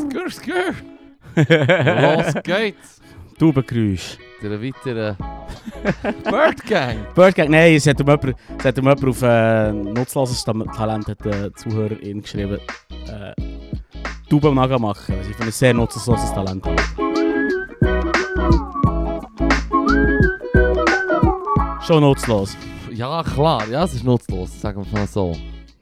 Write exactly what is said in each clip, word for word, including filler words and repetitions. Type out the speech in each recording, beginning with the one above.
Skr, skr. Los geht's. Taubengeräusch. Der weitere Bird Gang. Bird Gang, nein, es hat um jemand, es hat um jemand auf äh, nutzloses Talent hat eine Zuhörerin geschrieben, äh, Tauben machen, was ich für ein sehr nutzloses Talent habe. Schon nutzlos. Ja, klar, ja, es ist nutzlos, sagen wir mal so.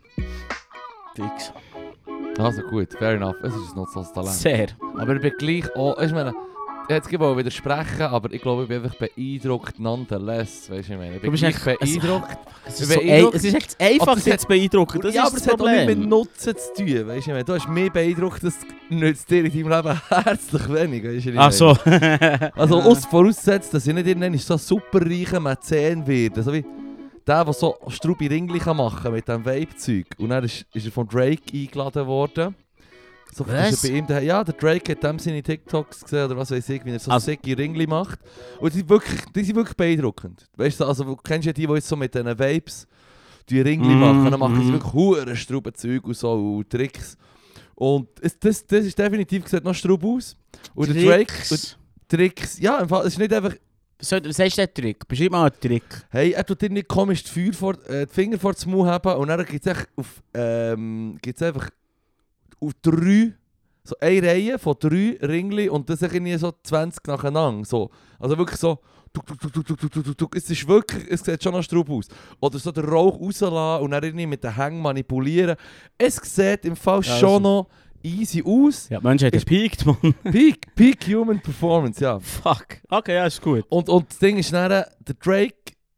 Fix. Also gut, fair enough, es ist ein nutzloses Talent. Sehr. Aber ich bin gleich auch, ich meine, jetzt gibt es widersprechen, aber ich glaube, ich bin einfach beeindruckt nonetheless, weißt du, ich meine. Ich bin du bist gleich echt beeindruckt. Es ist, so ein, es ist echt einfach, sich zu beeindrucken, das ja, ist aber das es hat auch nicht Problem. mit Nutzen zu tun, weißt du, ich meine. Du hast mich beeindruckt, das nützt dir in deinem Leben herzlich wenig, weißt du, ich meine. Ach so. Also aus voraussetzt, dass ich nicht irgendwann so superreicher Mäzen werde, so wie der, der so Strubi Ringli machen kann mit diesem Vape-Zeug. Und dann ist, ist er von Drake eingeladen worden. So, Was? Bei ihm, der, ja, der Drake hat dem seine TikToks gesehen oder was weiß ich, wie er so also, sicke Ringli macht. Und die sind wirklich, die sind wirklich beeindruckend. Weißt du, also du kennst ja die, die jetzt so mit diesen Vapes die Ringli mm, machen, dann machen mm. sie wirklich hure Strubenzeug und so und Tricks. Und es, das, das ist definitiv gesagt noch Strub aus. Und der Drake, und Tricks, ja, im Fall, es ist nicht einfach... Was heißt der Trick? Beschreib mal einen Trick. Hey, er tut dir nicht komisch die, Feuer vor, äh, die Finger vor den Mund haben und dann gibt es auf, ähm, gibt's einfach auf drei, so eine Reihe von drei Ringli und das ist irgendwie so zwanzig nacheinander. So. Also wirklich so, tuk, tuk, tuk, tuk, tuk, tuk, tuk. Es ist wirklich, es sieht schon nach Strub aus. Oder so den Rauch rauslassen und dann irgendwie mit den Hängen manipulieren. Es sieht im Fall ja, schon also. noch easy aus. Ja, die Menschheit hat gepiekt, Mann. Peak, Peak Human Performance, ja. Fuck. Okay, ja, ist gut. Und, und das Ding ist dann, der Drake,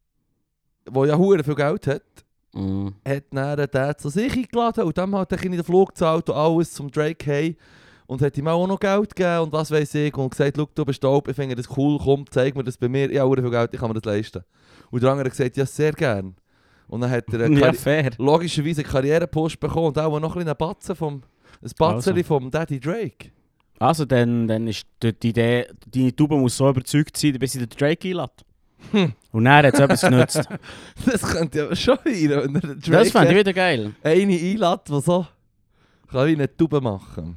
der ja hure viel Geld hat, Mm. hat dann den zu sich eingeladen und dem hat er in den Flug gezahlt und alles zum Drake hey und hat ihm auch noch Geld gegeben und was weiß ich und gesagt, schau, du bist taub, ich finde das cool, komm, zeig mir das bei mir, ich habe viel Geld, ich kann mir das leisten. Und der andere hat gesagt, ja, sehr gern. Und dann hat er eine Ja, Karri- fair. logischerweise einen Karrierepost bekommen und auch noch ein bisschen Batzen vom, ein Batzeli Also. vom Daddy Drake. Also, dann, dann ist die, die Idee, deine Taube muss so überzeugt sein, bis sie den Drake einlädt. Hm. Und dann hat es etwas genutzt. Das könnte ja schon sein, wenn der Drake Das fände ich wieder geil. eine einlädt, die so kann wie eine Taube machen.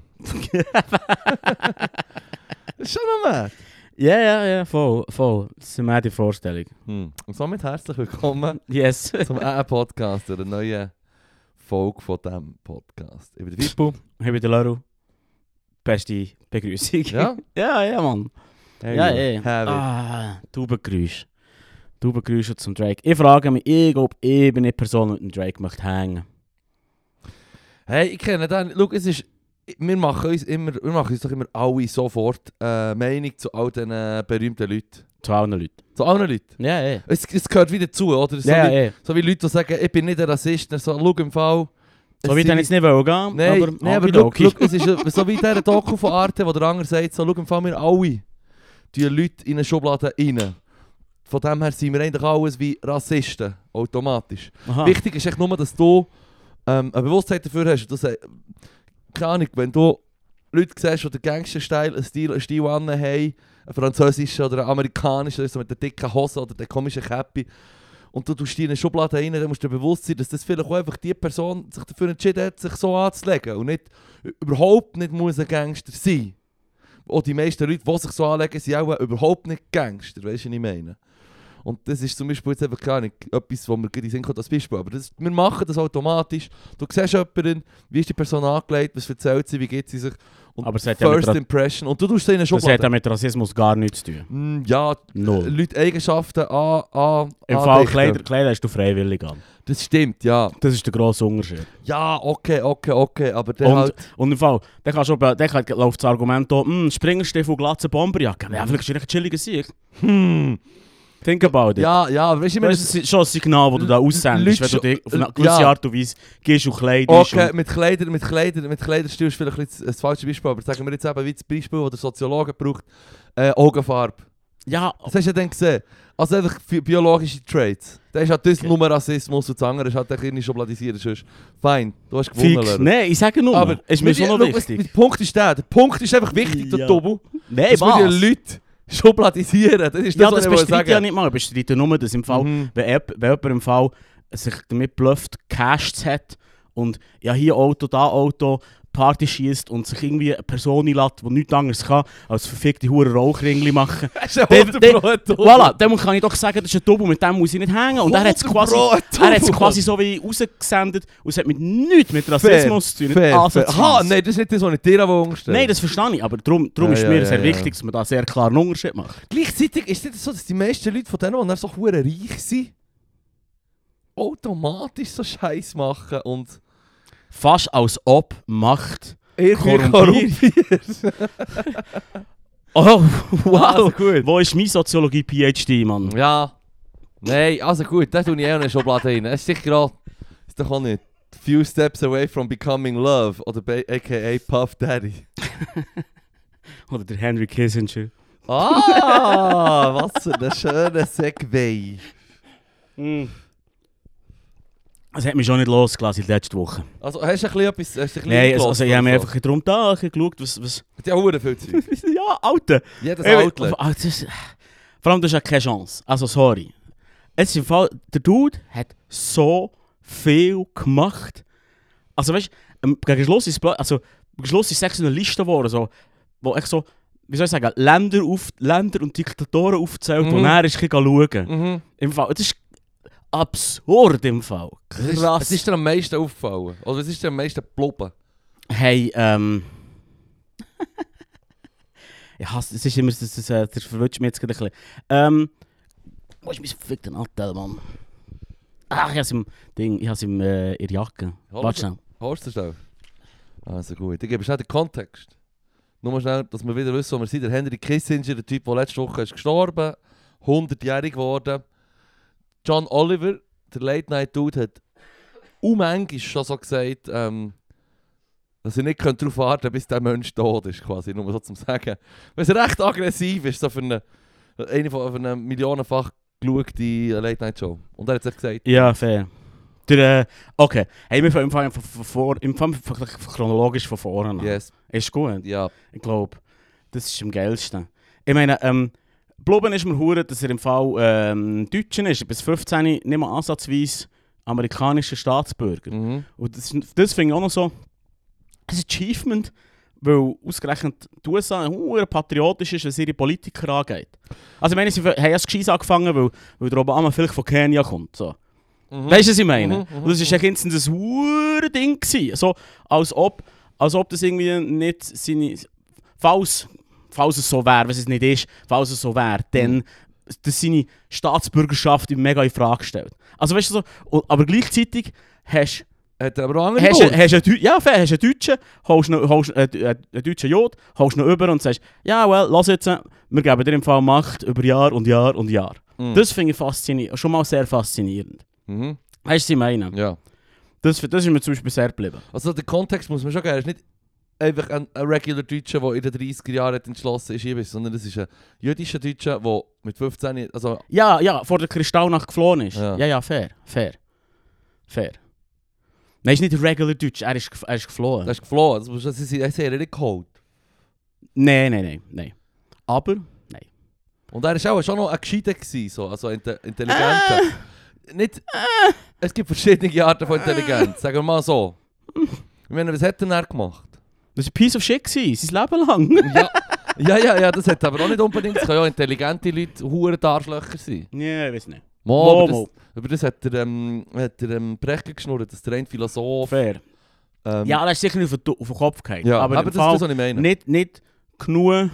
Das ist schon noch mehr. Ja, ja, ja, voll, voll. Das ist eine die Vorstellung. Hm. Und somit herzlich willkommen Yes. zum A-Podcast, einer neuen Folge von diesem Podcast. Ich bin der Fippo. Ich bin der Laru. Beste Begrüßung. Ja? Ja, ja, Mann. Hey, Ja, you eh. have it. Ah, Taubengeräusch. Taubengeräusch zum Drake. Ich frage mich, ich glaube, ich bin nicht die Person, die mit dem Drake möchte hängen. Hey, ich kenne den. Schau, es ist... Wir machen uns immer... Wir machen uns doch immer alle sofort äh, Meinung zu all diesen äh, berühmten Leuten. Zu allen Leuten. Zu allen Leuten. Ja, ja. Es, es gehört wieder zu, oder? So, Ja, wie, ja. so wie Leute, die sagen, ich bin nicht ein Rassist. So, schau im Fall... So es wie sind- dann jetzt nicht wollen gehen. Nein, aber, nee, aber schau, schau, es ist äh, so wie dieser Doku von Arte, wo der andere sagt, so, schau im Fall, wir alle die Leute in eine Schublade rein. Von dem her sind wir eigentlich alles wie Rassisten, automatisch. Aha. Wichtig ist echt nur, dass du ähm, eine Bewusstheit dafür hast. Du sagst, keine Ahnung, wenn du Leute siehst, die den Gangster-Style, einen Stil, einen Stil haben, einen französischen oder einen amerikanischen, so mit der dicken Hose oder der komischen Käppi, und du tust die in eine Schublade rein, dann musst du dir bewusst sein, dass das vielleicht auch einfach die Person sich dafür entschieden hat, sich so anzulegen und nicht, überhaupt nicht muss ein Gangster sein. Auch die meisten Leute, die sich so anlegen, sind auch überhaupt nicht Gangster, weißt du, was ich meine? Und das ist zum Beispiel jetzt einfach gar nicht etwas, wo wir gerade sind als Beispiel. Aber das, wir machen das automatisch. Du siehst jemanden, wie ist die Person angelegt, was erzählt sie, wie geht sie sich. Und Aber es hat ja First mit Ra- Impression. Und du tust sie in eine Das hat Schublade. ja mit Rassismus gar nichts zu tun. Mm, ja, Null. Leute Eigenschaften an, an, Im andichten. Fall Kleider, Kleider hast du freiwillig an. Das stimmt, ja. Das ist der grosse Unterschied. Ja, okay, okay, okay. Aber der Und, halt... und im Fall, dann, kannst du, dann kann- läuft das Argument hier, hm, Springerstiefel, Glatze, Bomberjacke. Ja, vielleicht ist er echt chilliger Sieg. Hm. Think about it. Ja, ja, aber weißt du, ich meine... Das ist schon ein Signal, das du da aussendest, wenn Leute du dich auf eine schon- gewisse ja. Art und Weise gehst und kleidest. Okay, Und mit Kleider, mit Kleider, mit Kleiderstil ist vielleicht ein, bisschen ein falsches Beispiel, aber sagen wir jetzt eben wie das Beispiel, das der Soziologe braucht, äh, Augenfarbe. ja, Das hast du ja dann gesehen. Also einfach bi- biologische Traits. Das ist halt das Okay. nur Rassismus und das andere ist halt nicht schubladisiert. Sonst fein, du hast gewonnen. fix. Leru. Nein, ich sage nur, Aber ist mir mit- schon noch schau, was- wichtig. Der Punkt ist der, der Punkt ist einfach wichtig, Ja. der Double. Nein, dass wir was? die Leute schubladisieren. Das ist das, Ja, was das ich wollte bestreite ich ja sagen. nicht mal. Ich bestreite nur, dass im Fall, Mhm. wenn, jemand- wenn jemand im Fall sich damit blufft, gecasht hat und ja, hier Auto, da Auto, Party schießt und sich irgendwie eine Person einlädt, die nichts anderes kann, als verfickte Hure Rauchringli machen. Das ist ein Double. Voilà, dann kann ich doch sagen, das ist ein Double, mit dem muss ich nicht hängen. Und er hat es quasi, quasi so wie rausgesendet und es hat mit nichts mit Rassismus zu tun. Aha, nein, das ist nicht das, was ich dir aber umstelle. Nein, das verstehe ich, aber darum, darum Ja, ist ja, mir ja, sehr ja. wichtig, dass man da sehr klar einen Unterschied macht. Gleichzeitig ist es nicht so, dass die meisten Leute von denen, die dann so hure reich sind, automatisch so Scheiß machen und Fast als ob Macht irgendwie korrumpiert. korrumpiert. Oh, wow. Also gut. Wo ist mein Soziologie-P H D, Mann? Ja. Nein, also gut, da tue ich auch eine Schublade rein. Es ist sicher gerade, ist doch auch nicht. Few steps away from becoming love oder aka Puff Daddy. Oder der Henry Kissinger. Ah, was für ein schöner Segway. Mm. Das hat mich schon nicht losgelassen in der letzten Woche. Also hast du ein bisschen etwas, hast du ein bisschen Nein, also, gehört also ich habe mir oder einfach darum da geschaut, was... was so? Ja, hure viel Zeug. ja, Alter! Jedes Ey, Outlet. ah, das ist, vor allem, das ist ja keine Chance. Also, sorry. Es ist im Fall, der Dude hat so viel gemacht. Also, weißt du, gegen Schluss ist, also, gegen Schluss ist es so eine Liste geworden, so, wo echt so, wie soll ich sagen, Länder, auf, Länder und Diktatoren aufzählt, Mhm. wo er ist, schauen. Mhm. Im Fall, das ist absurd im Fall. Was ist, Krass. was ist dir am meisten aufgefallen? Oder was ist dir am meisten geploppt? Hey, ähm... ich hasse, es ist immer, das, das, das, das verwirrt mich jetzt gerade ein bisschen. Ähm... Wo ist mein verfickter Nattel, Mann? Ach, ich hab's im Ding, ich hab's im, äh, in der Jacke. Warte schnell. Hörst du schnell? Also gut, ich gebe schnell den Kontext. Nur mal schnell, dass wir wieder wissen, wo wir sind. Der Henry Kissinger, der Typ, der letzte Woche ist gestorben, hundertjährig geworden. John Oliver, der Late-Night-Dude, hat unmanchmal schon so gesagt, ähm, dass er nicht darauf warten könnte, bis der Mensch tot ist, quasi, nur so zum Sagen. Weil er recht aggressiv ist, so für eine, eine von für eine millionenfach geschaute Late-Night-Show. Und er hat es gesagt. Ja, fair. Der, äh, okay. Hey, wir fangen im Fall von, von, vor, im Fall von, chronologisch von vorne an. Yes. Ist gut. Ja. Ich glaube, das ist am geilsten. Ich meine, ähm, Blubben ist mir hure, dass er im Fall ähm, Deutschen ist, bis fünfzehn nicht mehr ansatzweise amerikanischer Staatsbürger. Mhm. Und das, das finde ich auch noch so ein Achievement, weil ausgerechnet die U S A hure patriotisch ist, was ihre Politiker angeht. Also ich meine, sie haben erst gescheit angefangen, weil, weil der Obama vielleicht von Kenia kommt. So. Mhm. Weißt du, was ich meine? Mhm, mhm, Und das war ja ein hure Ding gewesen. So, als ob, als ob das irgendwie nicht seine... Falls, falls es so wäre, was es nicht ist, falls es so wäre, dann dass seine Staatsbürgerschaft ihm mega in Frage stellt. Also weißt du so, und, aber gleichzeitig hast Hat er aber auch andere hast, Wurzeln. hast, hast, ja, fair, hast einen Deutschen, holst noch, holst, äh, äh, einen deutschen Jod, holst noch über und sagst, ja, well, lass jetzt, wir geben dir im Fall Macht über Jahr und Jahr und Jahr. Mhm. Das finde ich faszinierend, schon mal sehr faszinierend. Mhm. Weißt du, was ich meine? Ja. Das, das ist mir zum Beispiel sehr geblieben. Also den Kontext muss man schon geben. Er ist nicht einfach ein, ein regular Deutscher, der in den dreißiger Jahren hat entschlossen ist, hier bist, sondern das ist ein jüdischer Deutscher, der mit fünfzehn... Also, Ja, ja, vor der Kristallnacht geflohen ist. Ja. Ja, ja, fair, fair. Fair. Nein, ist nicht ein regular Deutsch, er ist, er ist geflohen. der ist geflohen. Das, muss- das ist das ist er nicht geholt. Nein, nein, nein, nein. Aber, nein. Und er war auch schon noch ein Gescheiter, gewesen, so, also ein inte- intelligenter. Nicht... Es gibt verschiedene Arten von Intelligenz, sagen wir mal so. Ich meine, was hat denn er gemacht? Das war ein Piece of shit, gewesen, sein Leben lang. Ja, ja, ja, ja, das hat aber auch nicht unbedingt... Es können ja intelligente Leute hure Arschlöcher sein. Ja, ich weiß nicht. Mo, Mo, aber mo. das, über das hat er, ähm, hat er ähm, Brecher geschnurrt, dass der ein Philosoph... Fair. Ähm, Ja, das ist sicher nicht auf den, auf den Kopf gefallen. ja, aber aber, im das ist Fall das, was ich meine. nicht, nicht genug,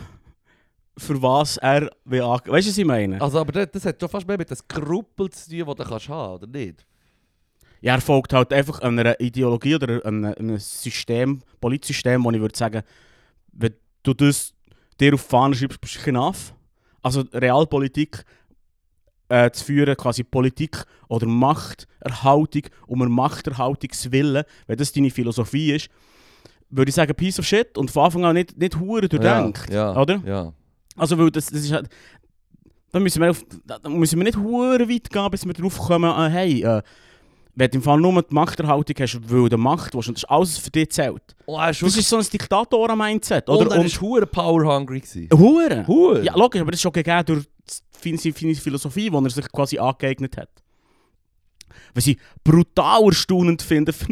für was er will angehen. Weißt du, was ich meine? Also, aber das, das hat schon fast mehr mit dem Skrupel zu tun, das du kannst haben, oder nicht? Ja, er folgt halt einfach einer Ideologie oder einem, einem System, Politsystem, wo ich würde sagen, wenn du das dir auf die Fahne schreibst, bist du enough. Also Realpolitik äh, zu führen, quasi Politik oder Machterhaltung um eine Machterhaltungswillen, wenn das deine Philosophie ist, würde ich sagen, piece of shit und von Anfang an nicht, nicht hure durchdenkt, ja, oder? Ja. Also weil das, das ist halt, da müssen wir, auf, da da müssen wir nicht hure weit gehen, bis wir drauf kommen, äh, hey, äh, wenn du im Fall nur die Machterhaltung hast, weil du Macht willst, und das ist alles, was für dich zählt. Oh, er ist Das ist so ein Diktator-Mindset, oder? oder? Und er war hure power-hungry. gewesen. Hure. Hure? Ja, logisch, aber das ist schon gegeben durch seine seine Philosophie, die er sich quasi angeeignet hat. Was ich brutal erstaunend finde für einen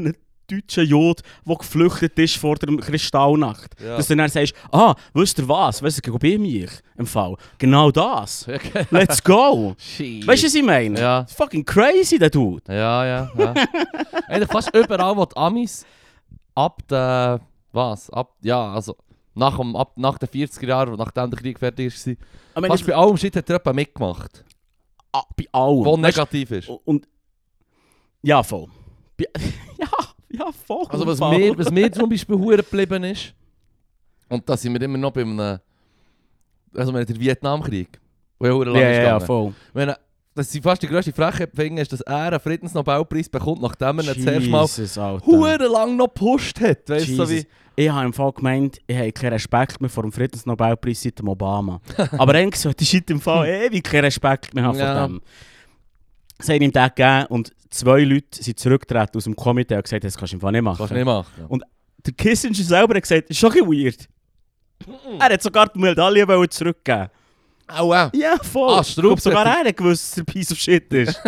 deutschen Jod, der geflüchtet ist vor der Kristallnacht. Ja. Dass du dann sagst, ah, wisst ihr was? Weißt du, bei mir im Fall. Genau das. Okay. Let's go. Shit. Weißt du, was ich meine? Ja. Fucking crazy, der Dude. Ja, ja, ja. Eigentlich fast überall, wo die Amis ab der, was, ab, ja, also nach, dem, ab, nach den vierziger Jahren, nachdem der Krieg fertig war, Ich meine, fast bei allem Shit hat er jemand mitgemacht, ah, bei allem. was Weißt negativ ist. du, und ja, voll. Bei, ja, ja, voll. Also was voll. mir, was mir zum Beispiel hure geblieben ist, und da sind wir immer noch bei einem, also wir haben den Vietnamkrieg, wo ja hure lang Ja, ist ja, ja, gegangen. voll. Wenn, dass sie fast die grösste Frechheit finden, ist, dass er einen Friedensnobelpreis bekommt, nachdem er ihn zuerst mal Jesus, Alter. hure lang noch gepusht hat. Weißt du, so Jesus. wie... Ich habe im Fall gemeint, ich habe keinen Respekt mehr vor dem Friedensnobelpreis seit dem Obama. Aber eigentlich sollte ich im Fall ewig keinen Respekt mehr haben vor Ja. dem. Sie haben ihm den gegeben und zwei Leute sind zurückgetreten aus dem Komitee und gesagt, das kannst du im Fall nicht machen. Kannst du nicht machen. Und der Kissinger selber hat gesagt, das ist schon ein bisschen weird. Er hat sogar die Medaille zurückgeben. Au, au. Ja, voll. Ah, ich glaube, Strauss sogar hat- er hat gewusst, dass er ein Piece of Shit ist.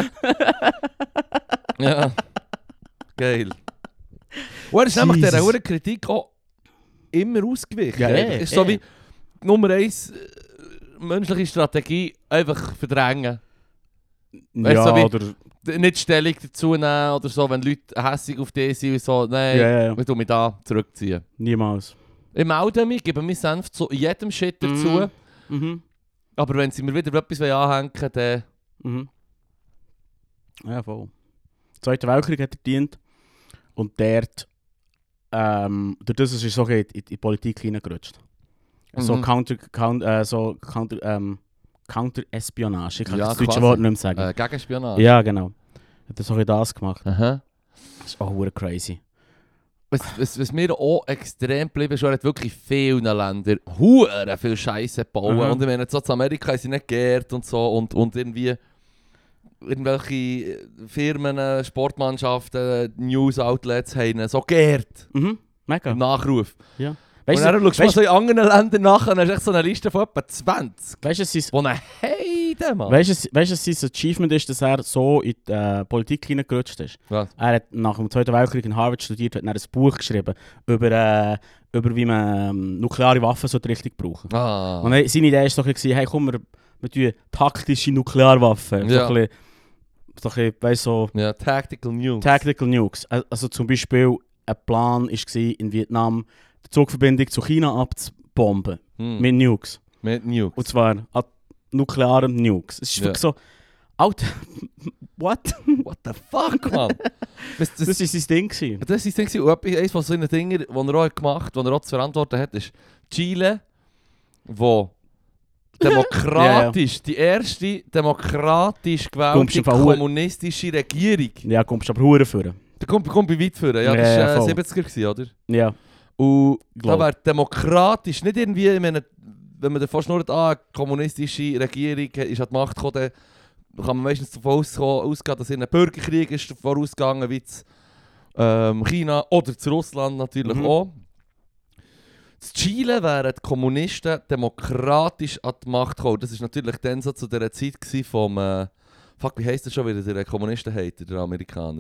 Ja. Geil. Und er ist nämlich Jesus. dieser hohen Kritik auch immer ausgewichen. Ja, Einfach. eh, ist so eh. wie Nummer eins äh, menschliche Strategie einfach verdrängen. Weißt ja, du, so wie- oder... D- Nicht Stellung dazu nehmen oder so, wenn Leute hässig auf dich sind und so, nein, Ja, ja, ja. ich tu mich da zurückziehen. Niemals. Ich melde mich, gebe meinen Senf zu jedem Shit dazu, Mhm. Mhm. aber wenn sie mir wieder etwas anhängen wollen, dann... Mhm. Ja, voll. Zweiter Weltkrieg hat er gedient. Und dort, ähm, durch das ist er so in, in die Politik hineingerutscht. So Mhm. Counter, Counter, äh, so Counter, ähm, Counter-Espionage. Ich kann Ja, das deutsche quasi. Wort nicht mehr sagen. Äh, Gegenspionage. Ja, genau. Hat er so ein das gemacht. Aha. Das ist auch hure crazy. Was, was, was mir auch extrem geblieben ist, er hat wirklich vielen Ländern hure viel Scheiße gebaut. Aha. Und ich meine, so in Amerika sind sie nicht geehrt und so. Und, und irgendwie irgendwelche Firmen, Sportmannschaften, News-Outlets haben ihn so geehrt. Mhm, mega. Im Nachruf. Weißt und dann du, schaust du mal weißt, so in anderen Ländern nach und dann hast du echt so eine Liste von etwa zwanzig. weißt, es ist, Wo ein Heide, Mann. weißt, es, weißt, es sein Achievement ist, dass er so in die äh, Politik hineingerutscht ist. Was? Er hat nach dem Zweiten Weltkrieg in Harvard studiert und hat dann ein Buch geschrieben über, äh, über wie man ähm, nukleare Waffen so richtig brauchen. Ah. Und dann, seine Idee war so, ein bisschen, hey komm, wir, wir tun taktische Nuklearwaffen. Ja. So ein bisschen, so ein bisschen, weißt, so Ja, Tactical News. Tactical Nukes. Al- Also zum Beispiel, ein Plan war in Vietnam, die Zugverbindung zu China abzubomben. Hm. Mit Nukes. Mit News. Und zwar an nuklearen Nukes. Es ist Ja. wirklich so, Alter, what? What the fuck, Mann? das, das, Das war sein Ding. gewesen. das ist das Ding. Und etwas- eines von so einen Dingen, die er auch gemacht hat, die er auch zu verantworten hat, ist Chile, wo demokratisch, die erste demokratisch Kommst gewählte du von Hu- kommunistische Regierung. Ja, kommst du aber hure führen. Da kommt, kommt bei weit führen. Ja, das Ja, war ja, äh, voll. siebziger, gewesen, oder? Ja. Und Glaub. da wäre demokratisch, nicht irgendwie, ich meine, wenn man davon schnurrt, ah, eine kommunistische Regierung ist an die Macht gekommen, dann kann man meistens davon ausgehen, ausgehen dass ein Bürgerkrieg ist vorausgegangen, wie zu ähm, China oder zu Russland natürlich Mhm. auch. In Chile wären die Kommunisten demokratisch an die Macht gekommen. Das war natürlich dann so zu dieser Zeit gewesen vom, äh, fuck, wie heisst der schon wieder, der Kommunisten-Hater, der Amerikaner?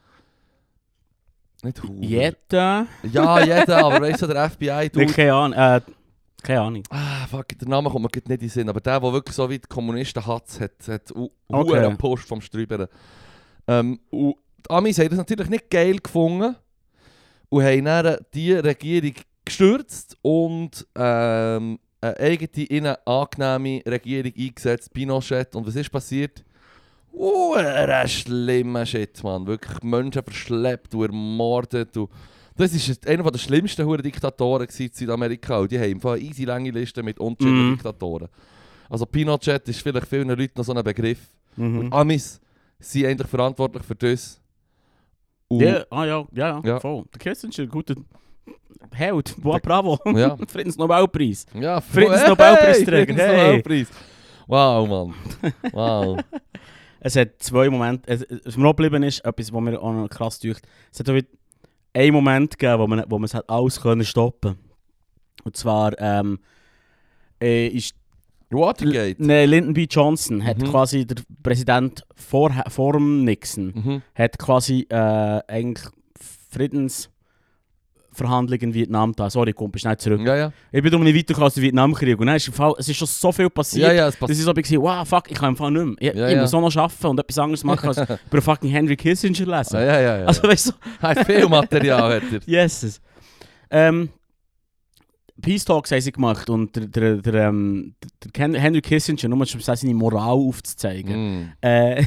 Nicht Hure. Jeder? Ja, jeder, aber weißt du, der F B I Nee, tut. keine Ahnung. Äh, keine Ahnung. Ah, fuck, der Name kommt mir gerade nicht in den Sinn, aber der, der wirklich so wie die Kommunisten hat, hat, hat u- Okay. okay. Post vom Strüberen. Ähm, und die Amis haben das natürlich nicht geil gefunden und haben dann die Regierung gestürzt und ähm, eine eigene, ihnen angenehme Regierung eingesetzt, Pinochet. Und was ist passiert? Uh, ein schlimmer Shit, Mann. Wirklich Menschen verschleppt und ermordet. Und das war einer der schlimmsten Huren Diktatoren in Südamerika. Und die haben eine easy lange Liste mit unterschiedlichen Mhm. Diktatoren. Also Pinochet ist vielleicht vielen Leuten noch so ein Begriff. Mhm. Und Amis sind eigentlich verantwortlich für das. Und, Ja, ah, ja, ja, ja, Ja. voll. Der Kissinger ist ein guter Held. Boah, bravo. Ja. Friedensnobelpreis. Ja, Friedensnobelpreisträger, hey. Friedensnobelpreis. Wow, Mann. Wow. Es hat zwei Momente, es, was mir noch geblieben ist, etwas, was mir auch noch krass tut. Es hat auch wieder einen Moment gegeben, wo man, wo man es hat alles können stoppen. Und zwar ähm, äh, ist Watergate. ne, Lyndon B. Johnson hat Mhm. quasi der Präsident vor, vor dem Nixon Mhm. hat quasi äh, eigentlich Friedensverhandlungen in Vietnam da. Sorry, komm, schnell zurück. Ja, ja. Ich bin darum nicht weitergekommen als der Vietnamkrieg. Und dann ist im Fall, es ist schon so viel passiert, Ja, ja, es dass ich so war, wow, fuck, ich kann im Fall nicht mehr. Ich, Ja, ich ja. muss so noch arbeiten und etwas anderes machen, als über fucking Henry Kissinger lesen. Ja, ja, ja. ja. Also weißt du, Hat viel Material hat er. yes. Ähm, Peace Talks haben sie gemacht und der, der, der, ähm, der Ken- Henry Kissinger, nur mal um seine Moral aufzuzeigen, Mm. äh,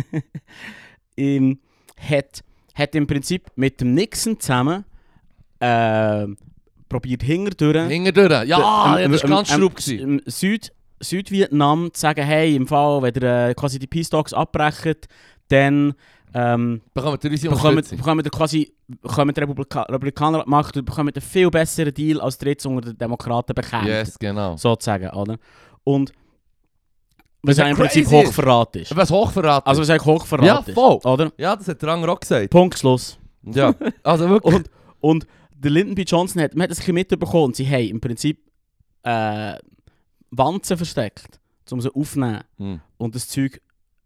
ähm, hat, hat im Prinzip mit dem Nixon zusammen äh, probiert hinterdurch Hinterdurch. Ja, ähm, das war ähm, ganz ähm, schraub. gewesen. ähm, Süd, Südvietnam zu sagen, hey, im Fall, wenn ihr äh, quasi die Peace Talks abbrecht, dann ähm, Bekommen wir unsere bekommen, Unterstützung. bekommen wir quasi bekommen die Republika Republikaner an die Macht und bekommen einen viel besseren Deal, als der jetzt unter den Demokraten bekämpft. Yes, genau. Sozusagen, oder? Und Was was ja im Prinzip crazy ist. Hochverrat ist. Was Hochverrat Also ist. was eigentlich Hochverrat Ja, ist. voll. Oder? Ja, das hat der andere auch gesagt. Punkt, Schluss. Ja, also wirklich. Und, und der Lyndon B. Johnson hat, man hat das ein bisschen mitbekommen und sie haben im Prinzip äh, Wanzen versteckt, um sie aufzunehmen Hm. und das Zeug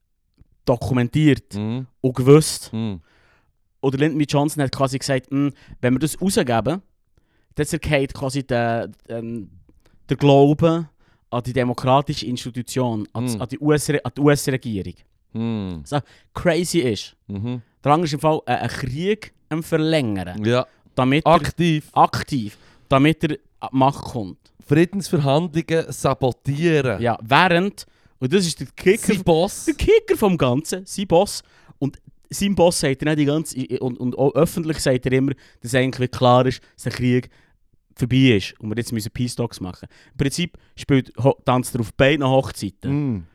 dokumentiert Hm. und gewusst. Hm. Oder Lyndon B. Johnson hat quasi gesagt, «Hm, wenn wir das rausgeben, dann zerfällt quasi der, der, der Glaube an die demokratische Institution, an, Hm. an die U S-Re- an die U S-Regierung. Hm. Crazy ist. Mhm. Der andere ist im Fall äh, einen Krieg am verlängern, Ja, damit er aktiv. aktiv, damit er an die Macht kommt. Friedensverhandlungen sabotieren. Ja, während, und das ist der Kicker, Sein Boss. der Kicker vom Ganzen, sein Boss. Und sein Boss sagt er nicht die ganze, und, und auch öffentlich sagt er immer, dass eigentlich klar ist, dass der Krieg vorbei ist und wir jetzt müssen Peace Talks machen. Im Prinzip spielt, ho- tanzt er auf beiden Hochzeiten. Mm.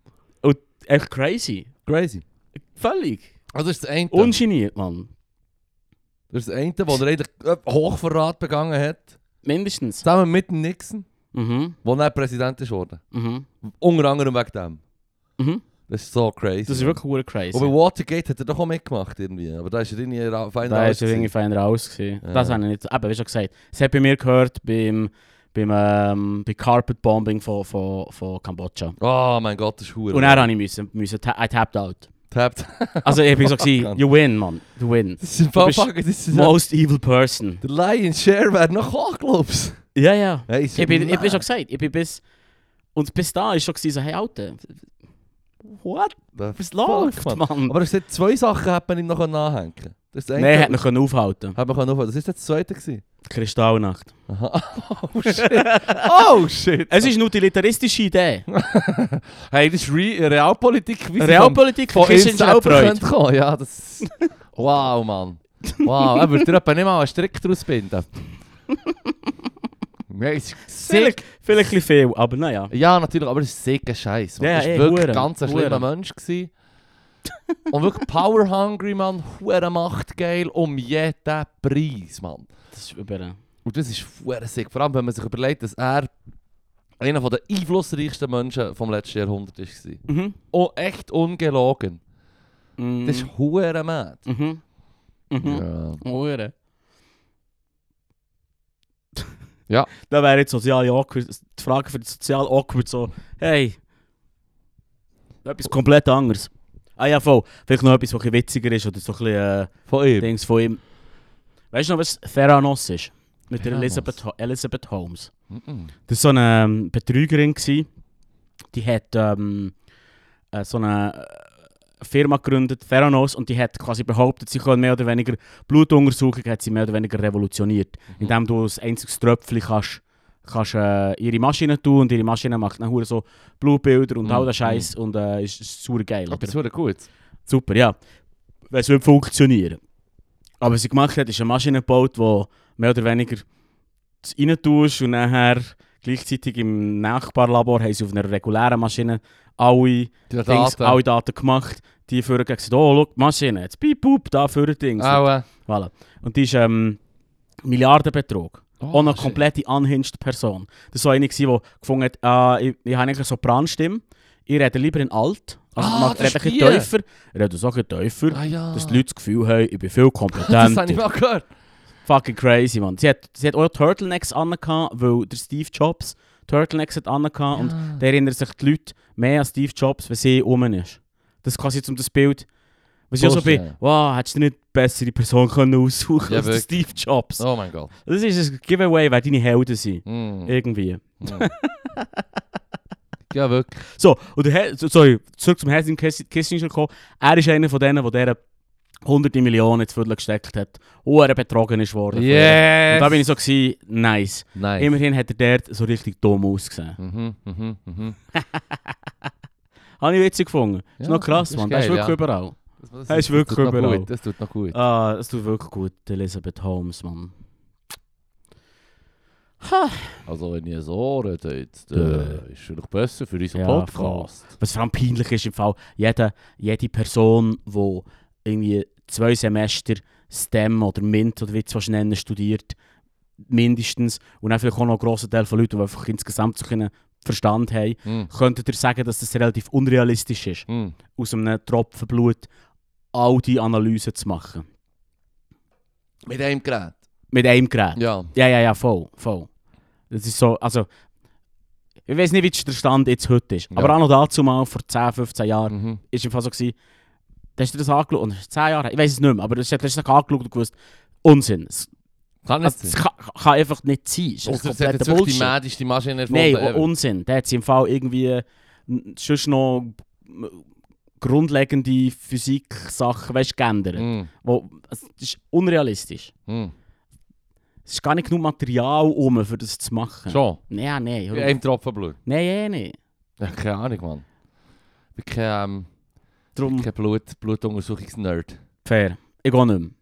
Echt crazy. Crazy. Völlig. Also das ist das eine. Ungeniert, Mann. Das ist das eine, wo er eigentlich äh, Hochverrat begangen hat. Mindestens. Zusammen mit dem Nixon, Mhm. wo er Präsident ist worden. Mhm. Unter anderem wegen dem. Mhm. Das ist so crazy. Das ist wirklich hure crazy. Und bei Watergate hat er doch auch mitgemacht irgendwie. Aber da ist er irgendwie ra- fein Da raus ist er irgendwie gewesen. feiner raus gewesen. Ja. Das habe ich nicht. Eben, wie schon gesagt. Es hat bei mir gehört beim, beim, ähm, beim Carpet Bombing von, von, von Kambodscha. Oh mein Gott, das ist hure. Und dann habe ich müssen, müssen ta I tapped out. Tapped. Also ich bin so gewesen, you win, man. You win. Das ist ein Du paar bist Fucking, das ist Most evil person. der Lion's Share wäre noch hoch, glaubst Ja, ja. du? Hey, ist Ich bin, ich bin mad. schon gesagt, ich bin bis... Und bis da ist schon gewesen, so, hey Alter, what? The Was fuck, läuft, Mann? Mann? Aber es sind zwei Sachen, hat man ihm noch nachhängen können. Das ist das eine. Nein, hat ihn aufhalten. Hat man können aufhören. Das ist jetzt das zweite gewesen. Kristallnacht. Aha. Oh shit. Oh shit. Es ist eine utilitaristische Idee. Hey, das ist Re Realpolitik. Wie sie Realpolitik von, von von ihm Kissinger selber Freude. könnte kommen. Ja, das... Wow, Mann. Wow, er würde dir etwa nicht mal einen Strick daraus binden. Ja, es ist sick. Vielleicht, vielleicht ein bisschen viel, aber naja. Ja, natürlich, aber es ist sicker Scheiß. Ja, Das war ey, wirklich hure, ganz ein schlimmer hure. Mensch. Gewesen. Und wirklich power hungry, Mann. Hure machtgeil um jeden Preis, Mann. Das ist über... Und das ist hure sick. Vor allem, wenn man sich überlegt, dass er einer der einflussreichsten Menschen vom letzten Jahrhundert war. Mhm. Oh, echt ungelogen. Mhm. Das ist hure mad. Mhm. Mhm. Ja. Hure. Ja. Da wäre jetzt sozial awkward, die Frage für die sozial awkward so, hey, etwas komplett anderes. Ah ja, voll. Vielleicht noch etwas, was ein bisschen witziger ist oder so ein bisschen äh, Von ihm. Dings von ihm. Weißt du noch, was Theranos ist? Mit der Theranos? Elizabeth, Ho- Elizabeth Holmes. Mhm. Das war so eine ähm, Betrügerin. Gewesen. Die hat ähm, äh, so eine äh, Firma gegründet, Theranos, und die hat quasi behauptet, sie können mehr oder weniger Blutuntersuchung hat sie mehr oder weniger revolutioniert. Mhm. Indem du ein einziges Tröpfchen kannst, kannst äh, ihre Maschine tun und ihre Maschine macht dann hure so Blutbilder und Mhm. all das Scheiß und äh, ist, ist super geil. Aber Oder? das ist gut. Super, ja. Wenn es würde funktionieren. Aber was sie gemacht hat, ist eine Maschine gebaut, die mehr oder weniger das rein tust und nachher gleichzeitig im Nachbarlabor haben sie auf einer regulären Maschine alle Die Dings, Daten. alle Daten gemacht. Die vorher gesagt, oh, schau, die Maschine, jetzt piep, pup, da für Dings. Aua. Voilà. Und die ist ähm, Milliardenbetrug. Oh, Auch eine shit. komplette unhinged Person. Das war eine, die gefunden hat, ah, ich, ich habe eigentlich eine Sopranstimme. Ich rede lieber in alt. Also Ah, ich mag- das rede ein ist bisschen die. tiefer. Ich rede so ein bisschen tiefer. Ah, ja. Dass die Leute das Gefühl haben, ich bin viel Das kompetenter. habe ich mal gehört. Fucking crazy, man. Sie hat, sie hat auch Turtlenecks angehabt, weil der Steve Jobs Turtlenecks hat angehabt. Und da erinnern sich die Leute mehr an Steve Jobs, wenn sie rum ist. Das ist quasi um das Bild, Was ich auch so bin, Bullshit. wow, hättest du nicht eine bessere Person können aussuchen Ja, als der wirklich. Steve Jobs? Oh mein Gott. Das ist ein Giveaway, wer deine Helden sind. Mm. Irgendwie. Mm. Ja, wirklich. So, und der, He- so- sorry, zurück zum Henry Kissinger gekommen. Er ist einer von denen, der dieser hunderte Millionen ins Viertel gesteckt hat. Und er betrogen ist worden. Yes! Und da bin ich so gewesen, nice. Nice. Immerhin hat er dort so richtig dumm ausgesehen. Mhm, mhm, mhm. Habe ich witzig gefunden. Das Ja, ist noch krass, das ist Mann. Das ist geil, wirklich ja. überall. Das, das, Er ist das wirklich tut noch überall. gut. Das tut noch gut. Ah, das tut wirklich gut, Elizabeth Holmes, Mann. Ha. Also wenn ihr so redet, jetzt, Ja. äh, ist vielleicht besser für unseren Ja, Podcast. Was vor allem peinlich ist im Fall, jede, jede Person, die irgendwie zwei Semester STEM oder MINT oder wie du es nennen studiert, mindestens, und dann vielleicht auch noch ein grosser Teil von Leuten, die einfach insgesamt so einen Verstand haben, Mm. könntet ihr sagen, dass das relativ unrealistisch ist, Mm. aus einem Tropfen Blut all die Analysen zu machen. Mit einem Gerät. Mit einem Gerät. Ja. Ja, ja, ja, voll, voll. Das ist so, also, ich weiß nicht, wie der Stand jetzt heute ist, Ja. aber auch noch dazu mal, vor zehn, fünfzehn Jahren, Mhm. ist im Fall so gewesen, da hast du das angeschaut, und das ist zehn Jahre, ich weiß es nicht mehr, aber das hast du das angeschaut und gewusst, Unsinn. Es, Kann also, nicht es sein. kann, kann einfach nicht sein. Es ist Ausser es hat kompletter jetzt wirklich die Bullshit. mädischste Maschine erfunden. Nein, ever. oh, Unsinn. Da hat sie im Fall irgendwie n- sonst noch m- grundlegende Physik-Sachen, weißt du, geändert. Mm. Wo, es ist unrealistisch. Mm. Es ist gar nicht genug Material um, für das zu machen. Schon. Nein, nein. hör Mit auf. einem Tropfen Blut. Nein, eh nicht. Ja, keine Ahnung, Mann. Ich bin kein, ähm, Darum kein Blut, Blutuntersuchungsnerd. fair. Ich gehe nicht mehr.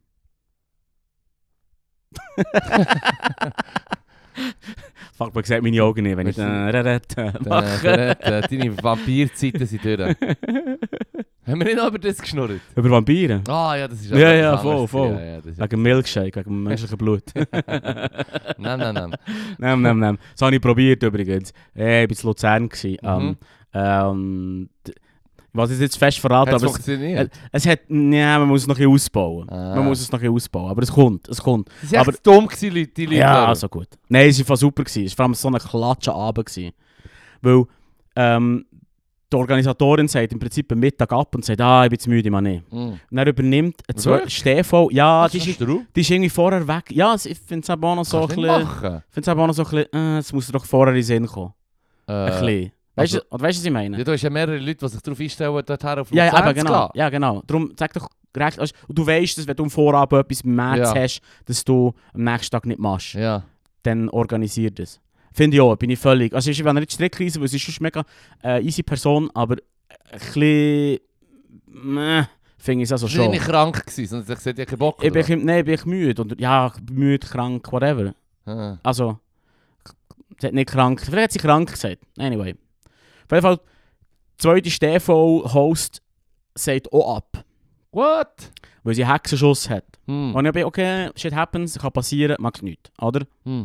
Fuck, man sieht meine Augen nicht, wenn ich Wir dann Äh, mache. äh, Deine Vampirzeiten sind durch. Haben wir nicht noch über das geschnurrt? Über Vampire? Ah ja, das ist Ja, auch ja, was voll, anderes. voll. Ja, ja, das ist Wegen Milkshake, wegen dem menschlichen Blut. nein, nein, nein. Nein, nein, nein. Das habe ich probiert übrigens. Äh, ich war in Luzern. gewesen. Ähm, Mhm. ähm, d- ich weiß es jetzt fest verraten, Hat es aber es, funktioniert? es hat... Nee, man muss es noch ein bisschen ausbauen. Ah. Man muss es noch ein bisschen ausbauen, aber es kommt, es kommt. Sie waren aber- echt dumm, gewesen, Leute, die Leute. Ja, da. also gut. Nein, es war super. gewesen. Es war vor allem so ein klatscher Abend. gewesen. Weil ähm, die Organisatorin sagt im Prinzip am Mittag ab und sagt, ah, ich bin zu müde, man nicht. Mm. Und dann übernimmt ein Zwe- Wirklich? Stefan, ja, Was die ist, hast du? die ist irgendwie vorher weg. Ja, ich finde es aber auch noch so ein Kannst du bisschen... nicht machen. Ich finde es aber auch noch so ein bisschen, äh, es muss dir doch vorher in den Sinn kommen. Ein Äh, bisschen. Weißt also- du, oder weißt du, was ich meine? ja, du hast ja mehrere Leute, die sich darauf einstellen, dorthin auf Ja, ja, Luzern eben, zu genau. gehen. Ja, genau. Darum sag doch recht. Also, und du weißt, dass wenn du am Vorabend etwas im März Ja. hast, dass du am nächsten Tag nicht machst. Ja. Dann organisier das. Finde ich auch, bin ich völlig. Also, ich will nicht strikt reisen, weil sie ist schon mega äh, easy Person, aber ein bisschen. Meh, finde ich es also Du warst schon. nicht krank gewesen, sondern sie hat gesagt, ich habe keinen Bock. Ich bin, oder? ich- nein, bin ich müde. Und, ja, müde, krank, whatever. Ah. Also, sie hat nicht krank. Vielleicht hat sie krank gesagt. Anyway. Auf jeden Fall, der zweite Stefan-Host sagt auch ab. What? Weil sie einen Hexenschuss hat. Hm. Und ich bin, okay, shit happens, kann passieren, macht nichts. Oder? Hm.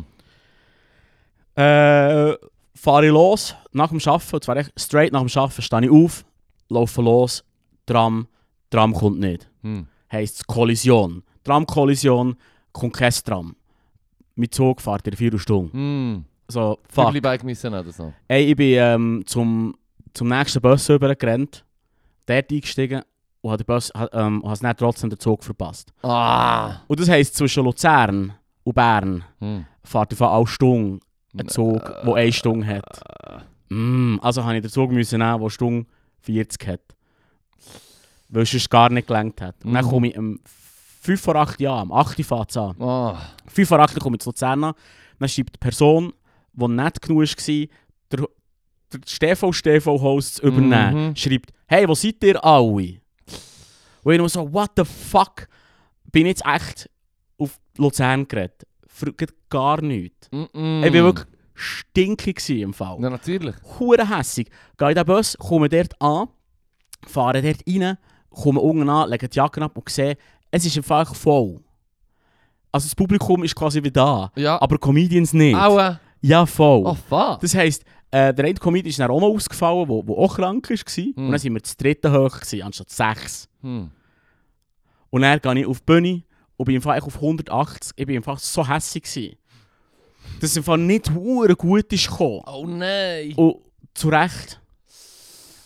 Äh, fahre ich los, nach dem Arbeiten, und zwar echt straight nach dem Arbeiten, stehe ich auf, laufe los, Tram, Tram kommt nicht. Hm. Heisst Kollision. Tram-Kollision, kommt kein Tram. Mein Zug fährt in vier Stunden. Hm. So, fuck. Fuck. Bike müssen oder so. Ey, ich bin ähm, zum, zum nächsten Bus rübergerannt, dort eingestiegen und habe den Bus, ha, ähm, und habe dann trotzdem den Zug verpasst. Ah. Und das heisst, zwischen Luzern und Bern Hm. fährt auf alle Stunde ein Zug, der eine Stunde hat. Mm, also musste ich den Zug müssen nehmen, der eine Stunde vierzig hat. Weil es sonst gar nicht gelangt hat. Und dann Mhm. komme ich um fünf vor acht an, um acht Uhr fährt es an. Ah. fünf vor acht komme ich zu Luzern an. Dann schreibt die Person, die nett genug war, der, der Stefan Stefan-Host zu übernehmen, Mhm. schreibt, hey, wo seid ihr alle? Und ich nur so, what the fuck? Bin ich jetzt echt auf Luzern geredet? Für gar nichts. Mm -mm. Ich war wirklich stinkig gewesen im Fall. Ja, natürlich. Hure hässig. Gehe in den Bus, komme dort an, fahre dort rein, komme unten an, lege die Jacke ab und sehe, es ist einfach voll. Also das Publikum ist quasi wie da, Ja. aber Comedians nicht. Aua. Ja, voll. Oh, fuck. Das heisst, äh, der eine Comedian ist dann auch noch ausgefallen, der auch krank war. Hm. Und dann sind wir das dritte hoch, gewesen, anstatt sechs. Hm. Und dann gehe ich auf die Bühne und bin einfach auf hundertachtzig. Ich bin einfach so hässig gewesen, dass es einfach nicht hure gut ist gekommen. Oh nein. Und zu Recht.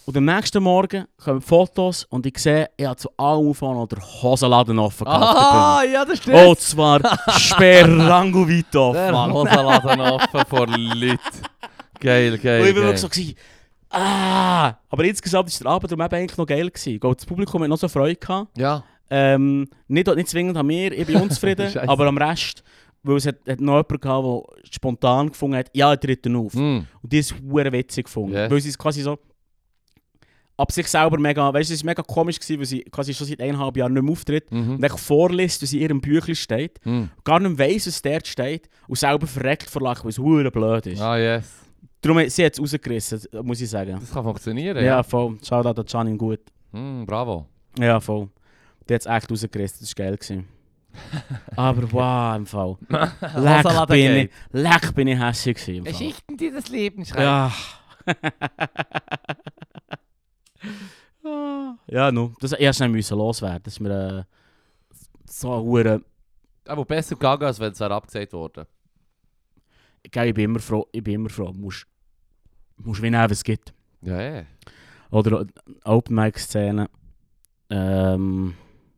Und am nächsten Morgen kommen Fotos und ich sehe, ich habe zu allem von noch den Hosenladen offen gehabt. Ah, ja, das stimmt. Oh, zwar sperrangelweit offen, Der Mann. Hosenladen offen vor Leuten. Geil, geil, Und ich war geil. wirklich so, gewesen, ah! Aber insgesamt war der Abend darum eben eigentlich noch geil gewesen. Ich glaube, das Publikum hat noch so Freude gehabt. Ja. Ähm, nicht, nicht zwingend an mir, ich bin unzufrieden, Scheisse. aber am Rest, weil es hat, hat noch jemanden gehabt, der spontan gefunden hat, ja, er tritt auf. Mm. Und die ist verdammt witzig gefunden. Yes. Weil sie es quasi so ab sich selber mega, weißt du, es war mega komisch gewesen, weil sie quasi schon seit eineinhalb Jahren nicht mehr auftritt Mhm. und einfach vorliest, was in ihrem Büchlein steht, Mm. gar nicht weiss, was dort steht und selber verreckt vor Lachen, weil es verdammt blöd ist. Ah, yes. Darum hat sie jetzt rausgerissen, muss ich sagen. Das kann funktionieren, Ja, ja. voll. Schau da, Janine gut. Mm, bravo. Ja, voll. Die hat es echt rausgerissen, das war geil gewesen. Aber wow, im Fall. Leck Hosenladen bin, ich, geht. leck bin ich hässlich gewesen, im Fall. Geschichten, die das Leben schreiben. Ja. Ja, nu. Das erst nicht müssen loswerden. Das ist mir äh, so eine Hure. Aber besser gegangen, als wenn es abgesagt wurde. Ich bin immer froh. Ich bin immer froh. Du musst, musst wie nehmen, was es gibt. Ja, ja. Oder Open Mic Szene. Ähm.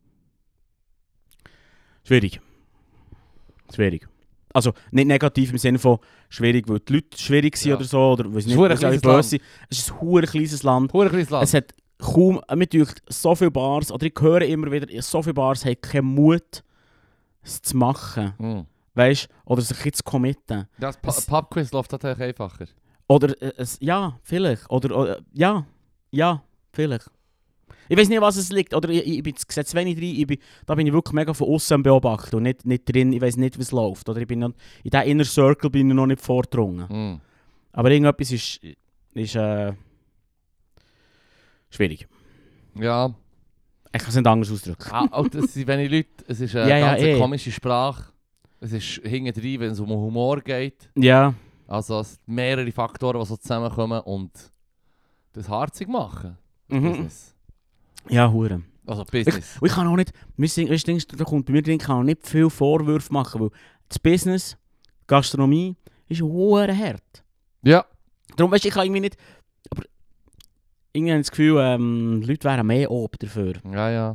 Schwierig. Schwierig. Also nicht negativ im Sinne von schwierig, weil die Leute schwierig sind Ja. oder so. Oder weil Es sie ist nicht ein weil sie kleines böse sind. Es ist ein hure kleines Land. Hure kleines Land. Es hat kaum, mir dünkt, so viele Bars, oder ich höre immer wieder, so viele Bars haben keinen Mut, es zu machen. Mm. Weißt du? Oder sich jetzt zu committen. Das Es- Pa- Pubquiz läuft natürlich einfacher. Oder äh, es, ja, vielleicht. Oder, oder ja, ja, vielleicht. Ich weiß nicht, was es liegt. Oder ich, ich bin ich sehe zu wenig drin. Ich bin, da bin ich wirklich mega von außen am beobachten und nicht, nicht drin. Ich weiß nicht, wie es läuft. Oder ich bin noch, in diesem Inner Circle bin ich noch nicht vorgedrungen. Mm. Aber irgendetwas ist, ist äh, schwierig. Ja. Ich kann es nicht anders ausdrücken. Ah, auch das sind wenig Leute. Es ist eine Ja, ja, ganz eh. komische Sprache. Es ist hinten drin, wenn es um Humor geht. Ja. Also es sind mehrere Faktoren, die so zusammenkommen und das harzig machen. Mhm. Business. Ja, hure. Also Business. Und ich kann auch nicht, weißt du, weißt du, da kommt bei mir drin, ich kann auch nicht viel Vorwürfe machen, weil das Business, Gastronomie, ist hure hart. Ja. Darum, weißt du, ich kann irgendwie nicht, aber irgendwie habe ich das Gefühl, ähm, Leute wären mehr oben dafür. Ja, ja.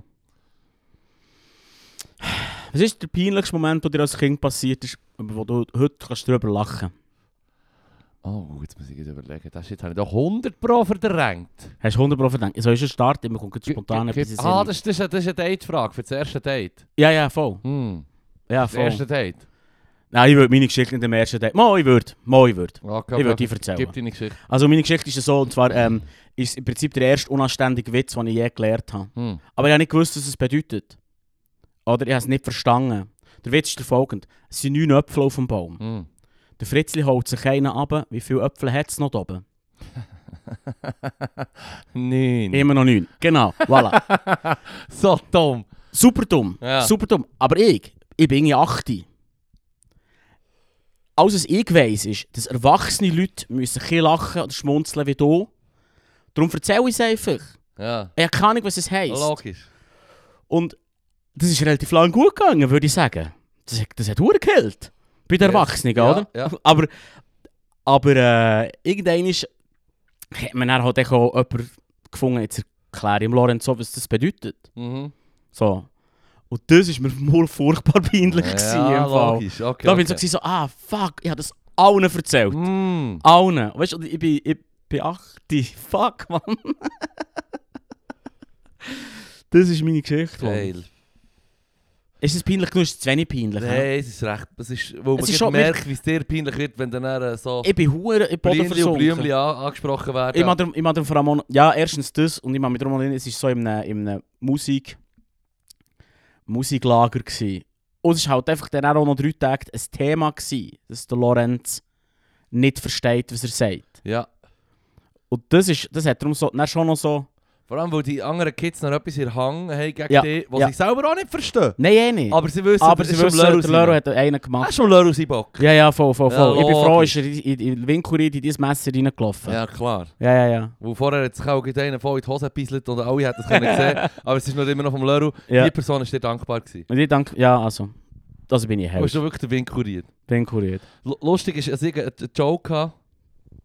Was ist der peinlichste Moment, der dir als Kind passiert ist, aber wo du heute kannst darüber lachen? Oh, jetzt muss ich gerade überlegen. Das shit habe ich doch hundert Pro verdrängt. Hast du hundert Prozent gedacht, soll ich schon starten? Mir kommt jetzt spontan Ge- etwas in ge- den Ah, Sinn. das, ist- das, ist eine- das ist eine Date-Frage für das erste Date. Ja, ja, voll. Hm. Ja, Das voll. erste Date. Nein, ich würde meine Geschichte in dem ersten Date. Mo, ich würde. Mo, ich würde. Okay, Ich würde die okay. erzählen. Gib deine Geschichte. Also meine Geschichte ist so, und zwar ähm, ist im Prinzip der erste unanständige Witz, den ich je gelernt habe. Hm. Aber ich habe nicht gewusst, was es bedeutet. Oder ich habe es nicht verstanden. Der Witz ist der folgende. Es sind neun Äpfel auf dem Baum. Hm. Der Fritzli holt sich einen ab. Wie viele Äpfel hat es noch da oben? Nein. Immer noch neun. Genau, voilà. So dumm. Super dumm. Ja. Super dumm. Aber ich, ich bin irgendwie acht. Alles, was ich weiss, ist, dass erwachsene Leute müssen ein bisschen lachen oder schmunzeln wie du. Darum erzähle ich es einfach. Ja. Ich habe keine Ahnung, was es heisst. Logisch. Und das ist relativ lang gut gegangen, würde ich sagen. Das, das hat verdammt gekillt. Bei den Yes. Erwachsenen, Ja, oder? ja. Aber, aber äh, irgendwann ist, hat man dann halt auch jemanden gefunden, jetzt erkläre ich dem Lorenzo, was das bedeutet. Mhm. So. Und das war mir mal furchtbar peinlich. gewesen, Ja, im Fall. logisch. Okay, Da bin ich okay. so, so, ah fuck, ich habe das allen erzählt. Mm. Allen. Weißt du, ich bin, ich bin acht. Fuck, Mann. Das ist meine Geschichte. Mann. Geil. Ist es peinlich genug? Ist es zu wenig peinlich? ne? Nein, es ist recht. Es ist, wo man Es ist gleich schon- merkt, wie es dir peinlich wird, wenn dann äh, so Ich bin hure im Boden Blümli und versunken. Blümli an, angesprochen werden. Ich mag darum, ich mag darum vor allem auch, ja, erstens das und ich mag mich darum auch erinnern, es war so in einem, in einem Musik, Musiklager gewesen. Und es war halt einfach dann auch noch drei Tage ein Thema gewesen, dass der Lorenz nicht versteht, was er sagt. Ja. Und das, ist, das hat darum so, dann schon noch so, Vor allem, weil die anderen Kids noch etwas in der Hang haben gegen Ja, dich, was ja. sie selber auch nicht verstehen. nein, eh nicht. Aber sie wissen, Aber es sie ist wissen, schon Leru der Lero sein. hat einen Das gemacht. ist schon Leru sein Bock. Ja, ja, voll, voll, Ja, voll. ich bin froh, logisch. ist er in, in, in Winkelried in dieses Messer reingelaufen. Ja, klar. ja, ja. ja. Wo vorher hat sich auch einer voll in die Hose gebisselt und alle hätten es können sehen. Aber es ist noch immer noch vom Leru. ja. Die Person ist dir dankbar gewesen. Und ich denke, ja, also, das bin ich Du hast hell. schon wirklich den Wind kuriert. Winkuriert. L- Lustig ist, dass ich einen Joke hatte.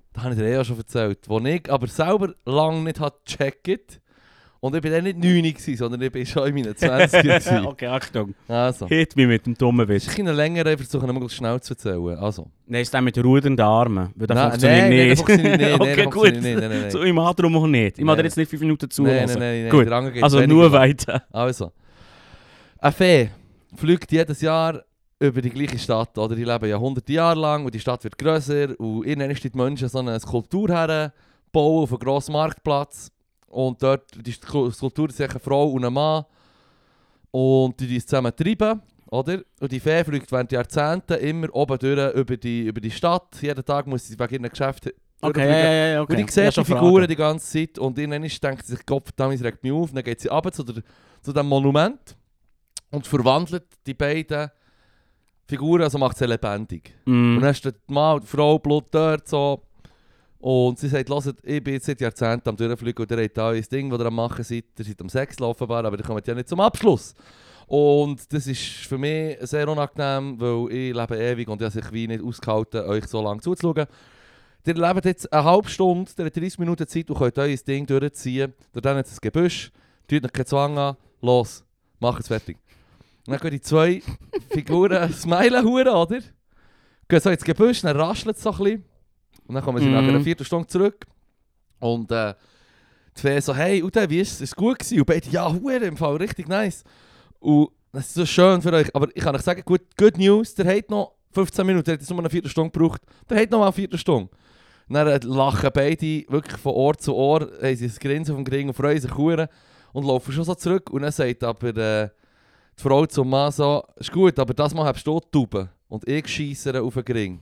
das habe ich dir eh auch schon erzählt, wo ich aber selber lange nicht hat gecheckt. Und ich war dann nicht neun, gewesen, sondern ich war schon in meinen zwanzigern. Okay, Achtung. Also. Hit mich mit dem dummen Das Witz. ist ein länger, ich versuche ihn möglichst schnell zu erzählen. Also. Nein, ist der mit den rudernden Armen. Weil der Nein, funktioniert nein, nicht. nein, der funktioniert nicht. Okay, Nein, der gut. funktioniert nicht. Nein, nein, nein. So im Adrum auch nicht. Ich mache dir Nein. jetzt nicht fünf Minuten Nein, zulassen. nein, nein, nein. Gut. Der andere geht Also weniger nur lang. weiter. Also. Eine Fee fliegt jedes Jahr über die gleiche Stadt. Oder? Die leben ja hundert Jahre lang und die Stadt wird grösser. Und irgendwann ist die Menschen so eine Skulptur herbauen auf einem grossen Marktplatz. Und dort, die Skulptur ist eine Frau und ein Mann. Und die die zusammen treiben, oder? Und die Fee fliegt während Jahrzehnten immer oben durch über die, über die Stadt. Jeden Tag muss sie wegen ihren Geschäften Okay, ja, ja, ja, okay. Und ich sehe Ja, die schon Figuren Fragen. die ganze Zeit und irgendwann ist- denkt sie sich, Gott, damit regt mich auf. Dann geht sie runter zu, der, zu dem Monument und verwandelt die beiden Figuren, also macht sie lebendig. Mm. Und dann ist der Mann und die Frau Blut dort so. Und sie sagt, hört, ich bin jetzt seit Jahrzehnten am Durchfliegen und ihr habt da ein Ding, das ihr am machen seid. Ihr seid am Sex offenbar, aber ihr kommt ja nicht zum Abschluss. Und das ist für mich sehr unangenehm, weil ich lebe ewig und ich habe sich wie nicht ausgehalten, euch so lange zuzuschauen. Ihr lebt jetzt eine halbe Stunde, ihr habt dreißig Minuten Zeit und könnt euer Ding durchziehen. Durch dann jetzt das Gebüsch, tut noch keinen Zwang an, los, macht es fertig. Und dann gehen die zwei Figuren smilen, hure, oder? Gehen so ins Gebüsch, dann raschelt es so ein bisschen. Und dann kommen sie Mhm. nach einer Viertelstunde zurück. Und äh, die Fee so, hey, Ute, wie ist es? Ist es gut gewesen? Und beide, ja, hure, im Fall, richtig nice. Und das ist so schön für euch. Aber ich kann euch sagen, gut, good news, der hat noch fünfzehn Minuten, der hat jetzt nur eine Viertelstunde gebraucht. Der hat noch mal eine Viertelstunde. Und dann äh, lachen beide wirklich von Ohr zu Ohr, haben sie ein Grinsen vom Gring und freuen sich hure und laufen schon so zurück. Und dann sagt aber äh, die Frau zum Mann so, ist gut, aber das Mal hast du die Tauben. Und ich scheisse auf den Gring.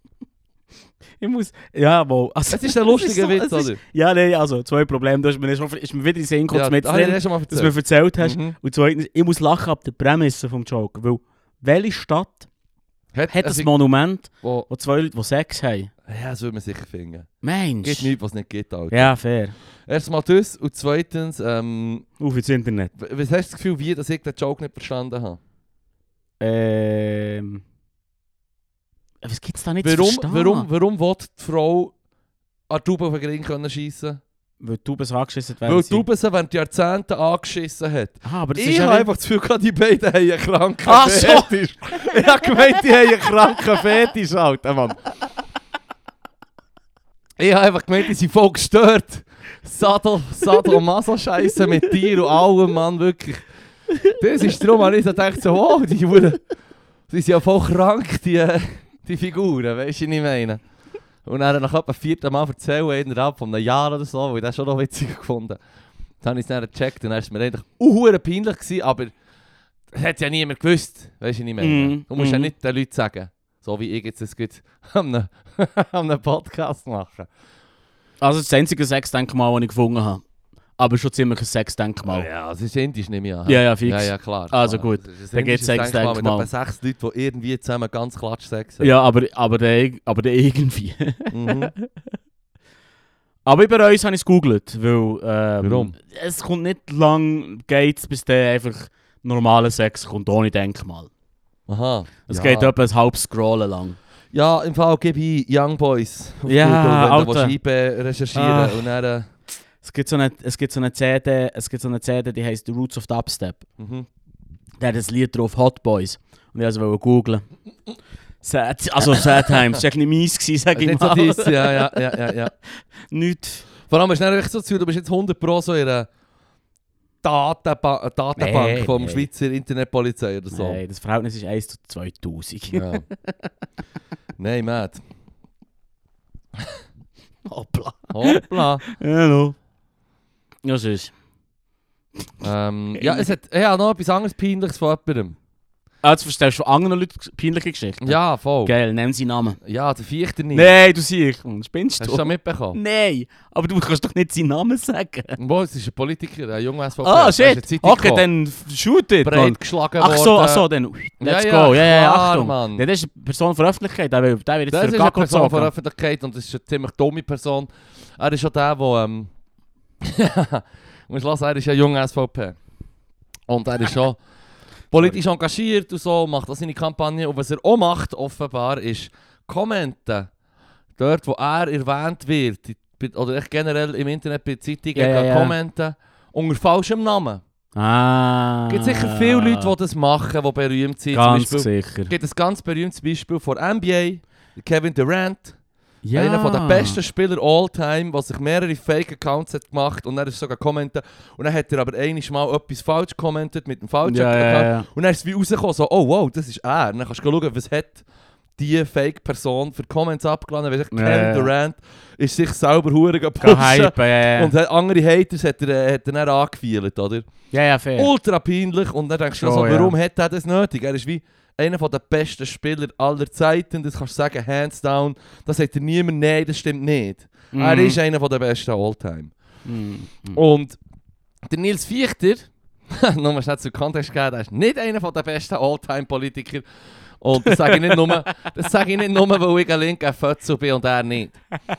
Ich muss... Ja, wohl. Also, Es ist ein lustiger so- Witz, es ist- oder? Ja, nein, also zwei Probleme. Du hast mir, schon, ist mir wieder in den Sinn gekommen, Ja, mit das habe ich drin, dir schon mal dass du mir erzählt. erzählt hast. Mhm. Und zweitens, ich muss lachen ab der Prämisse vom Joke. Weil, welche Stadt Hat, hat also, ein Monument, wo, wo zwei Leute, die Sex haben? ja, das würde man sicher finden. Mensch. Gibt nichts, was es nicht gibt, Alter. Ja, fair. Erstmal das und zweitens, ähm, Auf ins Internet. w- was hast du das Gefühl, wie dass ich den Joke nicht verstanden habe? Ähm... Was gibt's da nicht zu Warum, verstehen? warum, warum will die Frau an die Taube auf den Gring können schiessen? Weil du es angeschissen Weil werden die Taube sie während Jahrzehnten angeschissen hat. Ah, aber das Ich ist habe ja... einfach das Gefühl gehabt, die beiden haben einen kranken Ach so. Fetisch. Ich habe gemeint, die haben einen kranken Fetisch, Alter, Mann. Ich habe einfach gemeint, die sind voll gestört. Sadel, Sadomaso-Scheiße mit dir und allem, Mann, wirklich. Das ist darum, habe ich so gedacht, so, wow, die, Hure- die sind ja voll krank, die, äh, die Figuren, weißt du, was ich meine? Und dann nach etwa vierten Mal erzählen, innerhalb von einem Jahr oder so, weil ich das schon noch witzig gefunden. Dann habe ich es dann gecheckt und dann war es mir eigentlich auch peinlich gewesen, aber das hat ja niemand gewusst, weißt du, was ich meine? Mhm, Du musst ja mhm. nicht den Leuten sagen, so wie ich jetzt das gut an einem, an einem Podcast mache. Also das einzige Sexdenkmal, das ich gefunden habe. Aber schon ziemlich ein Sexdenkmal. Ja, das ist indisch, nehme ich an. Ja, ja, fix. Ja, ja, klar. Also klar. gut, Das ist ein dann gibt's indisches sechs Denkmal mit Denkmal. etwa sechs Leuten, die irgendwie zusammen ganz klatsch Sex haben. Ja, aber, aber, der, aber der irgendwie. Mhm. Aber bei uns habe ich es gegoogelt, weil ähm, Warum? es kommt nicht lang, geht's, bis der einfach normaler Sex kommt, ohne Denkmal. Aha. Es ja. geht etwa ein halbes Scrollen lang. Ja, im Fall gebe ich Young Boys auf Ja, Google, wenn Alter. du I P recherchieren Ah. und dann... Äh, Es gibt so eine, es gibt so eine C D, es gibt so eine C D, die heisst The Roots of Dubstep. mhm. Der hat ein Lied drauf, Hot Boys. Und ich wollte es googlen. Sad, also Sad Times, das war nicht mies, gewesen, sag Das ich ist nicht mal. so dies, ja, ja, ja, ja, ja. Nicht. Vor allem ist es dann echt so zu, du bist jetzt hundert Pro so in einer Datenba Datenbank Nee, vom nee. Schweizer Internetpolizei oder so. Nein, das Verhältnis ist eins zu zweitausend. Ja. Nein, Matt. Hoppla. Hoppla. Ja, no. Ja, sonst. ähm, ja, es hat ja, noch etwas anderes Peinliches von jemandem. Ah, jetzt verstehst du von anderen Leuten peinliche Geschichten? Ja, voll. Geil, nennen Sie Namen. Ja, der Viechter nicht. Nein, du siehst. Spinnst Hast du? du schon mitbekommen? Nein, aber du kannst doch nicht seinen Namen sagen. Wo, es ist ein Politiker, ein junger S V P. Ah, Er ist in der shit. Zeitung Okay, gekommen. dann shoot it, Mann. Breit geschlagen Ach so, worden. ach so, dann let's Ja, ja, go. Ja, ja, klar, Achtung. Mann. Ja, das ist eine Person von der Öffentlichkeit, der wird, der wird jetzt Das für ist eine Gacko Person von der gezogen. Öffentlichkeit und das ist eine ziemlich dumme Person. Er ist schon der, der... Ähm, musst hören, er ist ja junger S V P. Und er ist schon politisch engagiert und so, macht auch seine Kampagne. Und was er auch macht, offenbar, ist Kommenten dort wo er erwähnt wird, oder echt generell im Internet bei Zeitungen Ja, ja, ja. kommenten, unter falschem Namen. Ah. Es gibt sicher viele Leute, die das machen, die berühmt sind. Ganz Zum Beispiel, sicher. es gibt ein ganz berühmtes Beispiel von N B A, Kevin Durant. Ja. Einer der besten Spieler all time, der sich mehrere Fake-Accounts hat gemacht und dann ist sogar kommentiert. Und dann hat er aber einiges Mal etwas falsch kommentiert mit dem falschen Ja, Account. ja, ja. Und dann ist es wie rausgekommen, so, oh wow, das ist er. Und dann kannst du schauen, was hat die Fake-Person für Comments abgeladen. Weil Kevin Ja, ja. Durant ist sich selber verdammt gepusht. Gehype, ja, ja. Und hat andere Haters hat er, äh, hat er dann angefeilt, oder? Ja, ja, fair. Ultra peinlich. Und dann denkst du Schon, so, ja. warum hat er das nötig? Er ist wie einer der besten Spieler aller Zeiten. Das kannst du sagen, hands down. Da sagt dir niemand, nein, das stimmt nicht. Mm. Er ist einer der besten all-time. Mm. Mm. Und der Nils Fichter, nochmal schnell zu Kontext geben, er ist nicht einer der besten all-time-Politiker. Und das sage ich nicht nur, das sage ich nicht nur, weil ich ein linker Fötzel bin und er nicht.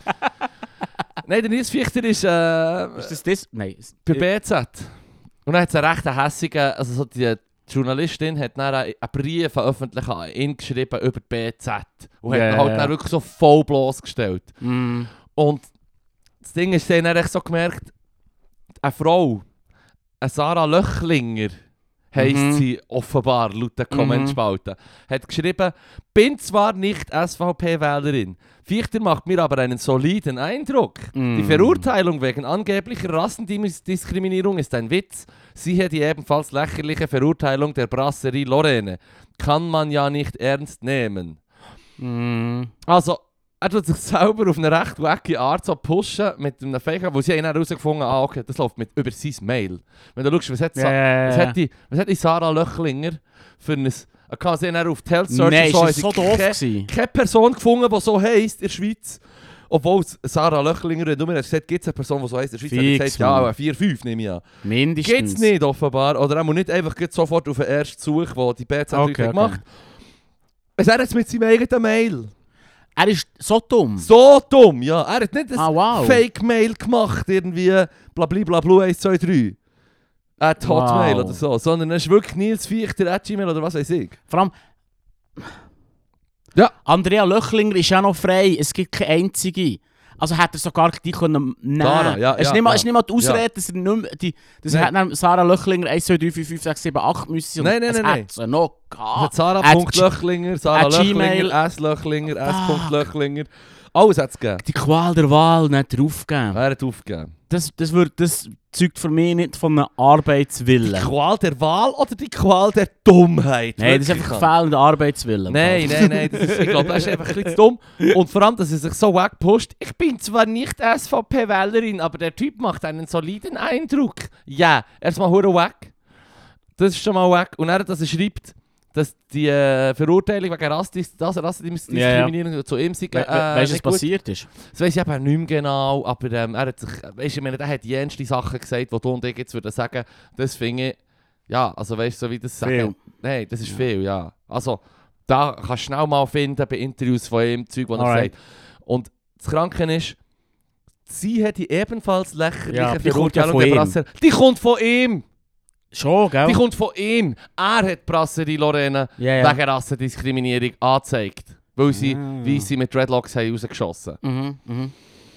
Nein, der Nils Fichter ist äh, Ist das das? Nein. bei B Z. Und dann hat es einen recht hässigen, also so die Journalistin hat dann einen Brief veröffentlicht an ihn geschrieben über B Z. Und Ja, hat ihn ja, halt ja. dann wirklich so voll bloßgestellt. Mm. Und das Ding ist, sie haben dann echt so gemerkt, eine Frau, eine Sarah Löchlinger, heisst Mhm. sie offenbar, laut den Kommentspalten, hat geschrieben, bin zwar nicht S V P-Wählerin, Fichter macht mir aber einen soliden Eindruck. Mm. Die Verurteilung wegen angeblicher Rassendiskriminierung ist ein Witz. Siehe die ebenfalls lächerliche Verurteilung der Brasserie Lorraine. Kann man ja nicht ernst nehmen. Mm. Also, er tut sich selber auf eine recht wacky Art so pushen mit einem Fake, wo sie haben dann herausgefunden haben, ah, okay, das läuft mit, über sein Mail. Wenn du schaust, was hat, Ja, Sa- ja, ja, was ja. hat, die, was hat die Sarah Löchlinger für ein... Er kann sie dann auf die Health Search Nein, und ist so, das so haben sie doof keine, gewesen? keine Person gefunden, die so heisst in der Schweiz. Obwohl es Sarah Löchlinger, wenn du mir hast gesagt, gibt es eine Person, die so heisst in der Schweiz, Fix, hat gesagt, ja, Mann. aber vier fünf nehme ich an. Mindestens. Gibt es nicht offenbar. Oder er muss nicht einfach gleich sofort auf den ersten Such, den die B Z Okay, okay, okay. gemacht hat. Es hat jetzt mit seinem eigenen Mail. Er ist so dumm. So dumm, ja. Er hat nicht ein Ah, wow. Fake-Mail gemacht, irgendwie blablabla eins, zwei, drei. At Hotmail Wow. oder so. Sondern es ist wirklich Nils Fichter at Gmail oder was weiß ich. Vor allem... Ja. Andrea Löchlinger ist ja noch frei. Es gibt keine einzige. Also hätte er sogar die können nehmen. Sarah, ja, es ist ja, nicht mal, ja. es ist nicht mal die Ausrede, dass er nicht mehr... Die, dass er Nein. hat dann Sarah Löchlinger eins, zwei, drei, vier, fünf, sechs, sieben, acht müssen. Nein, nein, es nein, nein. hat sie noch Also gehabt. Sarah At Punkt G- Löchlinger, Sarah at Löchlinger, Gmail. S Löchlinger, S. Fuck. Löchlinger. Alles hat es gegeben. Die Qual der Wahl nicht draufgeben. Er hat aufgegeben. Das, das, wird, das zeugt für mich nicht von einem Arbeitswillen. Die Qual der Wahl oder die Qual der Dummheit? Nein, das ist Wirklich, einfach fehlender Arbeitswillen. Nein, nein, nein, das ist, ich glaube, das ist einfach ein bisschen zu dumm. Und vor allem, dass er sich so wegpusht. Ich bin zwar nicht S V P-Wählerin, aber der Typ macht einen soliden Eindruck. Ja, erstmal hure weg. Das ist schon mal weg. Und er, dass er schreibt, dass die äh, Verurteilung wegen Rassdis- das Rassendiskriminierung Ja, zu ihm sei. We Äh, we weißt du, was nicht gut. passiert ist? Das weiss ich eben nicht mehr genau, aber ähm, er hat sich, weißt, ich meine, der hat jenste Sachen gesagt, die du und ich jetzt würden sagen, das finde ich, ja, also weißt du, so wie das sagen. Viel. Nein, das ist Ja. viel, ja. Also, da kannst du schnell mal finden bei Interviews von ihm, Zeug, was er Alright. sagt. Und das Kranke ist, sie hat die ebenfalls lächerliche Ja, die kommt ja Verurteilung von der ihm. Brasserie. Die kommt von ihm! Schon, gell? Die kommt von ihm! Er hat die Brasserie Lorraine ja, ja. wegen Rassendiskriminierung angezeigt. Weil sie, Ah. wie sie mit Dreadlocks haben rausgeschossen. Mhm, mhm.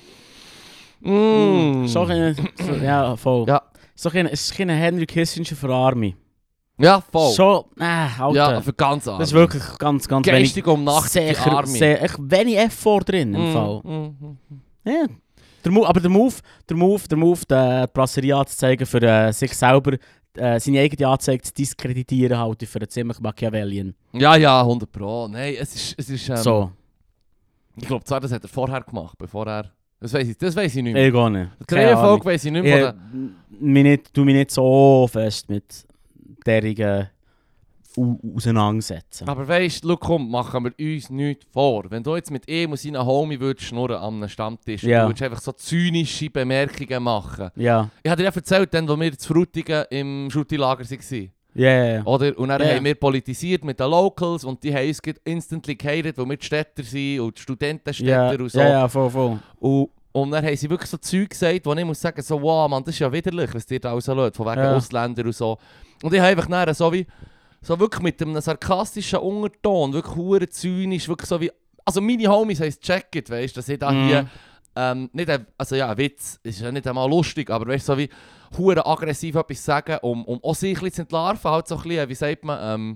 Mm. So ein, so, ja, voll. Ja. So ein, es ist kein Henry Kissinger für Army. Ja, voll. Schon, äh, Alter. Ja, für ganz arm. das ist wirklich ganz, ganz wenig. geistig um Nacht sehr, die Arme. sehr, echt wenig Effort drin im Mm, Fall. mm, mm. Ja. Der Move, aber der Move, der Move, der Move, die Brasserie anzuzeigen, für äh, sich selber äh, seine eigene Anzeige zu diskreditieren, halte ich für einen ziemlich Machiavellien. Ja, ja, hundert Pro. Nein, es ist... Es ist ähm, so, Ich glaube zwar, das hat er vorher gemacht, bevor er... Das weiß ich, das weiss ich nicht mehr. ich gehe nicht. Die Keine Reihenfolge Ahnung. weiss ich nicht mehr. Ich mich nicht, tu mich nicht so fest mit derigen au- auseinandersetzen. Aber weißt du, komm, machen wir uns nichts vor. Wenn du jetzt mit ihm und seinen Homie würdest schnurren an einem Stammtisch, Ja. du würdest einfach so zynische Bemerkungen machen. Ja, Ich habe dir ja erzählt, dann, als wir in Frutigen im Schutilager waren. ja, ja, ja. Oder? Und dann Ja. haben wir politisiert mit den Locals und die haben uns gleich instantly geheiratet, weil wir die Städter sind und die Studentenstädter Ja, und so. ja, ja, voll, voll. Und, und dann haben sie wirklich so Zeug gesagt, wo ich muss sagen, so, wow, Mann, das ist ja widerlich, was dir da rauslässt, von wegen Ja. Ausländern und so. Und ich habe einfach nachher so wie, so wirklich mit einem sarkastischen Unterton, wirklich hure zynisch, wirklich so wie Also meine Homies haben es gecheckt, weißt du, dass ich da Mhm. hier... Ähm, nicht ein, also ja, ein Witz, ist ja nicht einmal lustig, aber weißt du, so wie hure aggressiv etwas sagen, um, um auch sich ein bisschen zu entlarven, halt so ein bisschen, wie sagt man, ähm,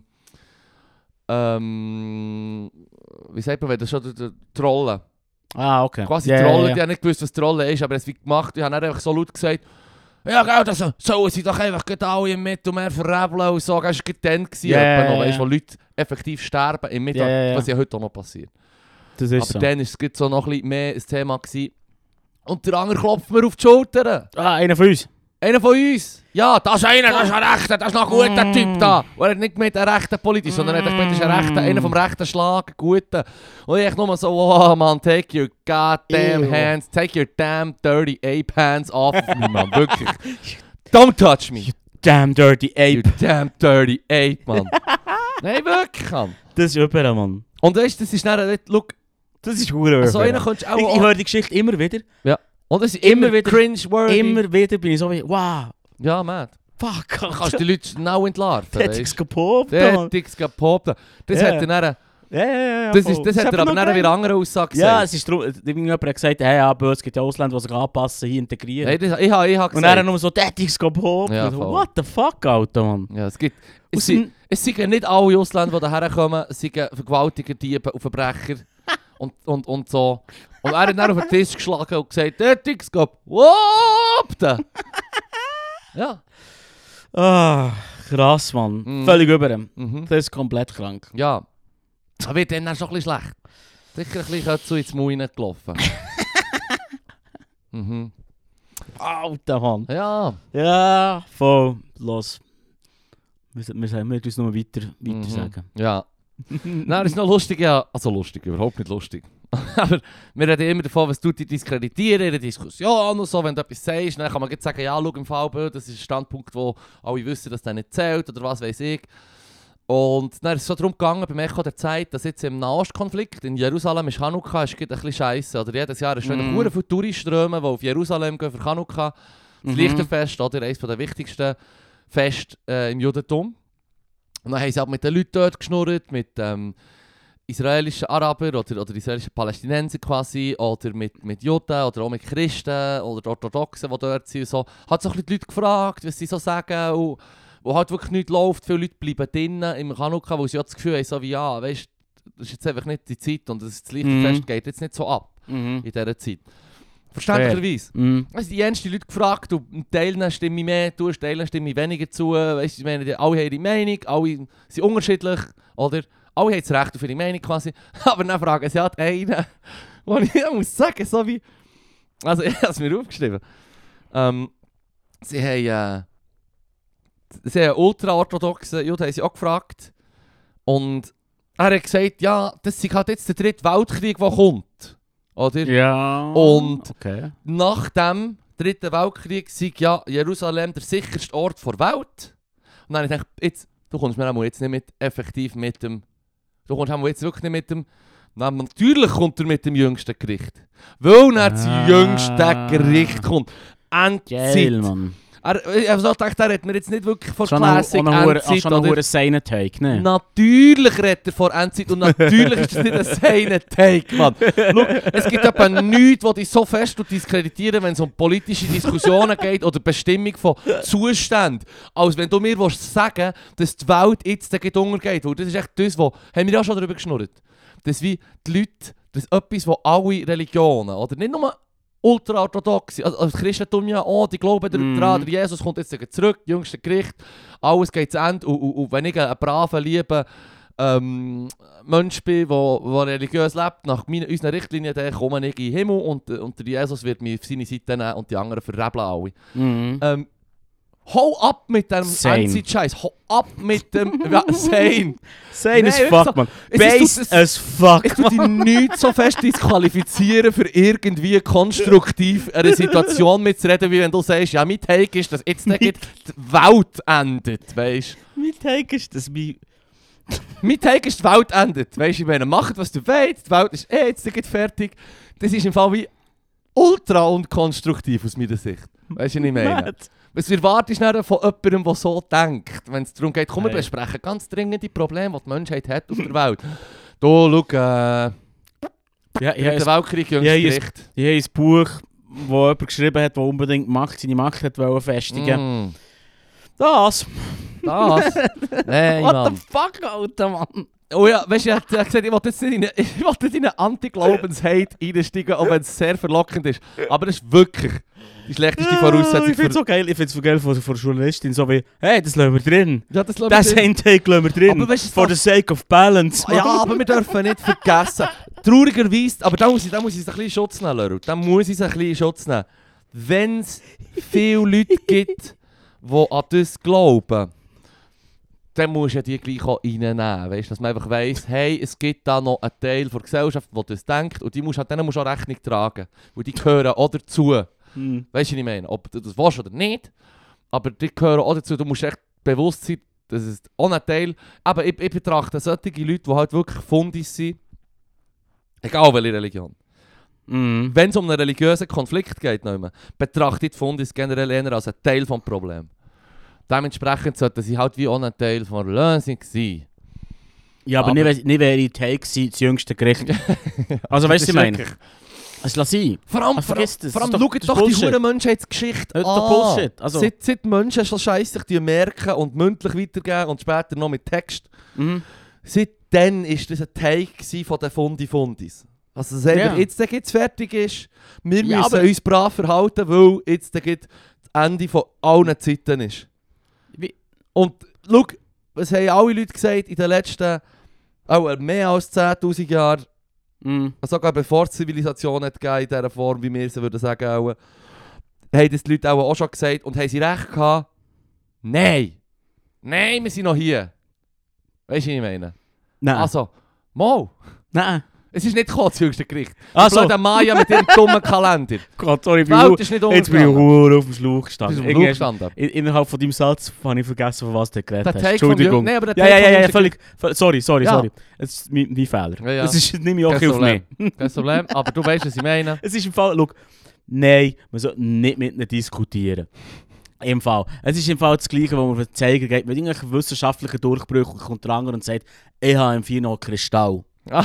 ähm, wie sagt man, wenn das schon der, der Trollen, Ah, okay. quasi Ja, ja, Trollen, ja. die haben nicht gewusst, was Trollen ist, aber es wird gemacht, ich habe dann einfach so laut gesagt, ja, gell, das sollen sie doch einfach gerade alle im Mittelmeer verrebeln und so, das war gerade dann, gewesen, Ja, etwa ja, noch, weißt, ja. wo Leute effektiv sterben im Mittelmeer, Ja, ja, ja. was ja heute auch noch passiert. Das ist Aber so. dann war es gerade so noch ein bisschen mehr ein Thema gewesen. Und der andere klopft mir auf die Schulter. Ah, einer von uns. Einer von uns. Ja, das ist einer, das ist ein rechter, das ist noch ein guter Mm. Typ da. Und er hat nicht gemeint, ein rechter politisch, sondern er hat gemeint, das ist ein rechter, einer vom rechten Schlag, ein guter. Und ich nur so, oh man, take your goddamn Ew. hands, take your damn dirty ape hands off of me, man, wirklich. Don't touch me, Damn dirty you ape. damn dirty ape, man. Nein, wirklich, man. Das ist über, Mann. Und weißt du, das ist dann, look, Das ist hure so einer könntest du auch... Ich, ich höre die Geschichte immer wieder. Und das ist immer immer wieder- wieder cringe-worthy. Immer wieder bin ich so wie, wow, Ja, man. fuck, Dann kannst du die Leute schnell entlarven, der hat weißt sich du. gepoppt, Der Mann. hat nichts gepoppt. Das Ja. hat er dann... Ja, ja, ja. Das, voll. ist, das hat er eben aber noch dann geil. wieder andere Aussage Ja, gesagt. es ist darum, irgendjemand hat gesagt, hey, ja, aber es gibt ja Ausländer, die sich anpassen, hier integrieren. Hey, das, ich habe ich ha Und gesagt... dann nur so, der hat sich gepoppt. Ja, Und so, voll. what the fuck, Alter, Mann. Ja, es gibt... Es Aus sind, dem- es sind nicht alle Ausländer, die hierher kommen, sind Vergewaltiger, Diebe und Verbrecher und, und, und so. Und er hat dann auf den Tisch geschlagen und gesagt, der Dix geht... Whoop! Ja. Ah, krass, Mann. Mhm. Völlig über ihm. Mhm. Das ist komplett krank. Ja. Aber wird dann schon ein bisschen schlecht. Sicher ein bisschen so ins Maul gelaufen. mhm. Alter, Mann. Ja. Ja, voll. Los. Wir, wir, wir müssen uns noch weiter, weiter Mhm. sagen. Ja. Nein, das ist noch lustig, ja. Also lustig, überhaupt nicht lustig. Aber wir reden immer davon, was tut die diskreditieren in der Diskussion und so. Wenn du etwas sagst, dann kann man gleich sagen, ja, schau im Fall, das ist ein Standpunkt, wo alle wissen, dass der nicht zählt oder was weiß ich. Und dann ist es so darum gegangen, beim Echo der Zeit, dass jetzt im Nahostkonflikt in Jerusalem ist Chanukka, ist ein bisschen scheisse. Oder jedes Jahr ist Mhm. wieder viele Touriströme, die auf Jerusalem gehen für Chanukka. Das Mhm. Lichterfest, oder eines der wichtigsten Feste äh, im Judentum. Und dann haben sie halt mit den Leuten dort geschnurrt, mit ähm, israelischen Arabern oder, oder israelischen Palästinenser quasi, oder mit, mit Juden oder auch mit Christen oder Orthodoxen, die dort sind. Und so. Hat so ein bisschen die Leute gefragt, was sie so sagen. Und, wo halt wirklich nichts läuft, viele Leute bleiben drinnen im Chanukka, weil sie auch das Gefühl haben, so wie, ja, weißt, das ist jetzt einfach nicht die Zeit und das Lichterfest Mhm. geht jetzt nicht so ab Mhm. in dieser Zeit. Verständlicherweise. Mhm. Also die ersten Leute gefragt, und ein Teil stimme ich mehr zu, ein Teil stimme ich weniger zu. Weißt, ich meine, die- alle haben ihre Meinung, alle sind unterschiedlich, oder? Alle haben das Recht auf ihre Meinung quasi. Aber dann fragen sie halt einen, wo ich muss sagen, so wie... Also ich habe es mir aufgeschrieben. Ähm, sie haben... Äh, sie haben ultra-orthodoxen Juden haben sie auch gefragt. Und er hat gesagt, ja, das ist halt jetzt der dritte Weltkrieg, der kommt. Oder? Ja. Und- Okay. Nach dem Dritten Weltkrieg sei ja Jerusalem der sicherste Ort der Welt. Und dann habe ich gedacht, jetzt, du kommst mir auch jetzt nicht mit, effektiv mit dem... Du kommst auch jetzt wirklich nicht mit dem... Nein, natürlich kommt er mit dem jüngsten Gericht. Weil er das Ah. jüngste Gericht kommt. Geil, Endzeit. Mann. Er, ich habe so gedacht, er hat mir jetzt nicht wirklich von Schon Classic noch einen Endzeit schon oder... einen Seinen-Take, ne? Natürlich redet er vor Endzeit und natürlich ist das nicht ein seiner Take, Mann. Schau, es gibt etwa nichts, was dich so fest diskreditieren, wenn es um politische Diskussionen geht oder Bestimmung von Zuständen, als wenn du mir willst sagen, dass die Welt jetzt gleich untergeht. Weil das ist echt das, was... Haben wir ja schon darüber geschnurrt. Das ist wie die Leute, das ist etwas, was alle Religionen, oder nicht nur ultra-orthodox, also das Christentum ja auch, die glauben Mhm. daran, der Jesus kommt jetzt zurück, jüngste Gericht, alles geht zu Ende. Und, und, und wenn ich ein braver, lieber ähm, Mensch bin, der religiös lebt, nach meinen, unseren Richtlinien, dann komme ich in den Himmel und, und der Jesus wird mich auf seine Seite nehmen und die anderen verrebeln alle. Mhm. Ähm, hau ab mit dem Sane. Endzeit-Scheiß, hau ab mit dem... ja, sane. Sane as Nein, fuck, so- man. es ist Base das- as fuck, Ich tue dich nicht so fest disqualifizieren, für irgendwie konstruktiv eine Situation mitzureden, wie wenn du sagst, ja, mein Take ist, dass jetzt nicht die Welt endet, weißt du? Mein Take ist, dass mein... Mein Take ist, die Welt endet, weißt du? Ich meine, macht was du willst, die Welt ist eh jetzt gleich fertig. Das ist im Fall wie ultra unkonstruktiv aus meiner Sicht. Weißt du, was ich meine? Mad. Was wir erwarten ist dann von jemandem, der so denkt, wenn es darum geht, komm, wir Hey. besprechen ganz dringende Probleme, die die Menschheit hat auf der Welt. Du, schau, äh, Ja, ich Dritter habe Weltkrieg, ja, jüngstes ich- Gericht. ich habe ein Buch, wo jemand geschrieben hat, der unbedingt Macht, seine Macht hat wollen festigen. Mm. Das! Das? Nein, What Mann. the fuck, Alter, Mann! Oh ja, weißt du, ich habe gesagt, ich wollte jetzt nicht in eine, ich wollte nicht in einen Anti-Glaubens-Hate einsteigen, auch wenn es sehr verlockend ist. Aber das ist wirklich die schlechteste Voraussetzung Ich finde es so geil, ich finde es so geil von, von der Journalistin, so wie, hey, das lassen wir drin. Ja, das lassen wir Das drin. Intake lassen wir drin. Aber weißt du, For the das- sake of balance. Ja, aber wir dürfen nicht vergessen. Traurigerweise, aber da muss ich, da muss ich es ein bisschen in Schutz nehmen, Leru. Da muss ich es ein bisschen in Schutz nehmen. Wenn es viele Leute gibt, die an das glauben, dann musst du ja die gleich auch reinnehmen. Weißt, dass man einfach weiss, hey, es gibt da noch einen Teil der Gesellschaft, der das denkt und die musst, denen musst du auch Rechnung tragen. Weil die gehören auch dazu. Hm. Weißt du, was ich meine? Ob du das willst oder nicht, aber die gehören auch dazu. Du musst echt bewusst sein, dass es auch ein Teil... Aber ich, ich betrachte solche Leute, die halt wirklich Fundis sind, egal welche Religion. Mhm. Wenn es um einen religiösen Konflikt geht, nehmen, betrachte ich die Fundis generell eher als einen Teil des Problems. Dementsprechend sollten sie halt wie auch ein Teil von der Lösung sein. Ja, aber, Aber- nicht, nicht wäre Take gewesen, das jüngste Gericht. Also weißt du, was ich meine? Es lass sein. Vor allem, Also vor, vergiss das, vor allem das ist doch- schaut das ist doch die Bullshit. hure Menschheitsgeschichte Das ist an. doch Bullshit. Also- Seit, seit die Menschen schon scheisse sich merken und mündlich weitergeben und später noch mit Text. Mhm. Seitdem war das ein Take gsi von den Fundi-Fundis. Also dass einfach Ja. jetzt jetzt fertig ist, wir Ja, müssen aber- uns brav verhalten, weil jetzt gleich das Ende von allen Zeiten ist. Wie- Und schau, was haben alle Leute gesagt in den letzten auch mehr als zehntausend Jahren, Mhm. sogar bevor es Zivilisation hat gegeben, in dieser Form, wie wir sie würden sagen, auch, haben das die Leute auch, auch schon gesagt und haben sie recht gehabt? Nein! Nein, wir sind noch hier! Weißt du, was ich meine? Nein. Also, mal! Nein. Es ist nicht gekommen, das jüngste Gericht. Also, Also, der Maya mit dem dummen Kalender. Gott, sorry, ich Die bin Welt hu- ist nicht jetzt bin ich umgegangen. hure auf dem Schlauch Du bist gestanden. auf dem Irgendwie- Flug gestanden. In, innerhalb von deinem Satz habe ich vergessen, von was du geredet Der hast. Take vom Entschuldigung. Jüng- Nein, aber der Ja, Take ja, vom ja, ja, jüngsten völlig. völlig- Sorry, sorry, Ja. sorry. Es ist mein, mein Fehler. Ja, ja. Das ist, nehme ich auch Kein ein bisschen auf mich. Problem. Kein Problem, aber du weißt, was ich meine. Es ist im Fall, schau, nein, man soll nicht mit ihnen diskutieren. Im Fall. Es ist im Fall das Gleiche, wo man auf den Zeiger geht. Mit irgendwelchen wissenschaftlichen Durchbrüchen kommt der andere und sagt, ich habe im vier noch Kristall.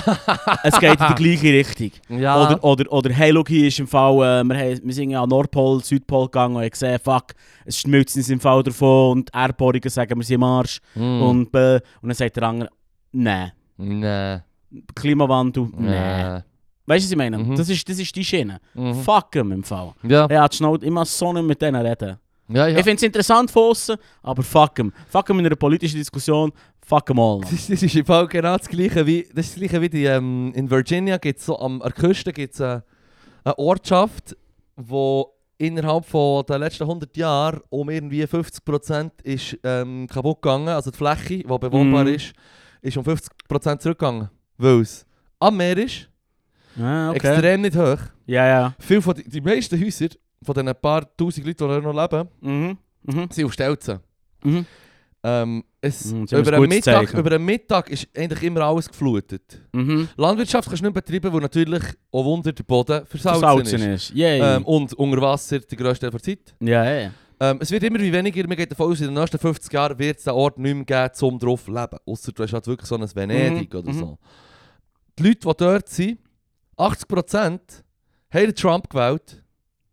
Es geht in die gleiche Richtung. Ja. Oder, oder, oder hey, schau, hier ist im Fall, äh, wir, haben, wir sind ja an Nordpol, Südpol gegangen und haben gesehen, fuck, es schmilzt uns im Fall davon und Erdbohrungen sagen, wir sind am Arsch. Mm. Und, äh, und dann sagt der andere, nein. Nein. Klimawandel, nein. Nein. Weißt du, was ich meine? Mhm. Das, ist, das ist die Schiene. Mhm. Fuck ihm im Fall. Ja. Er hat schnell immer so nicht mit denen reden. Ja, ja. Ich finde es interessant von außen, aber fuck ihm. Fuck ihm in einer politischen Diskussion, fuck ihm all. Das ist, das ist im Fall genau das Gleiche wie, das ist das Gleiche wie die, ähm, in Virginia gibt es so am, an der Küste gibt's eine, eine Ortschaft, wo innerhalb von den letzten hundert Jahren um irgendwie fünfzig Prozent ist ähm, kaputt gegangen. Also die Fläche, die bewohnbar Mhm. ist, ist um fünfzig Prozent zurückgegangen. Weil es am Meer ist, Ah, okay. extrem nicht hoch. Ja, ja. Viel von die, die meisten Häuser von diesen paar tausend Leuten, die da noch leben, Mhm. Mhm. sind auf Stelzen. Mhm. Ähm, es, Mhm, das ist ein über, einen gutes Mittag, Zeichen. über einen Mittag ist eigentlich immer alles geflutet. Mhm. Landwirtschaft kannst du nicht betreiben, weil natürlich auch Wunder der Boden versalzen, Versalzen ist. ist. Yay. Ähm, und unter Wasser die grösste Teil der Zeit. ja, ja, ja. Ähm, es wird immer wie weniger, man geht davon aus, in den nächsten fünfzig Jahren wird es den Ort nicht mehr geben, um drauf zu leben. Ausser du hast halt wirklich so ein Venedig Mhm, oder mhm. so. Die Leute, die dort sind, achtzig Prozent haben den Trump gewählt.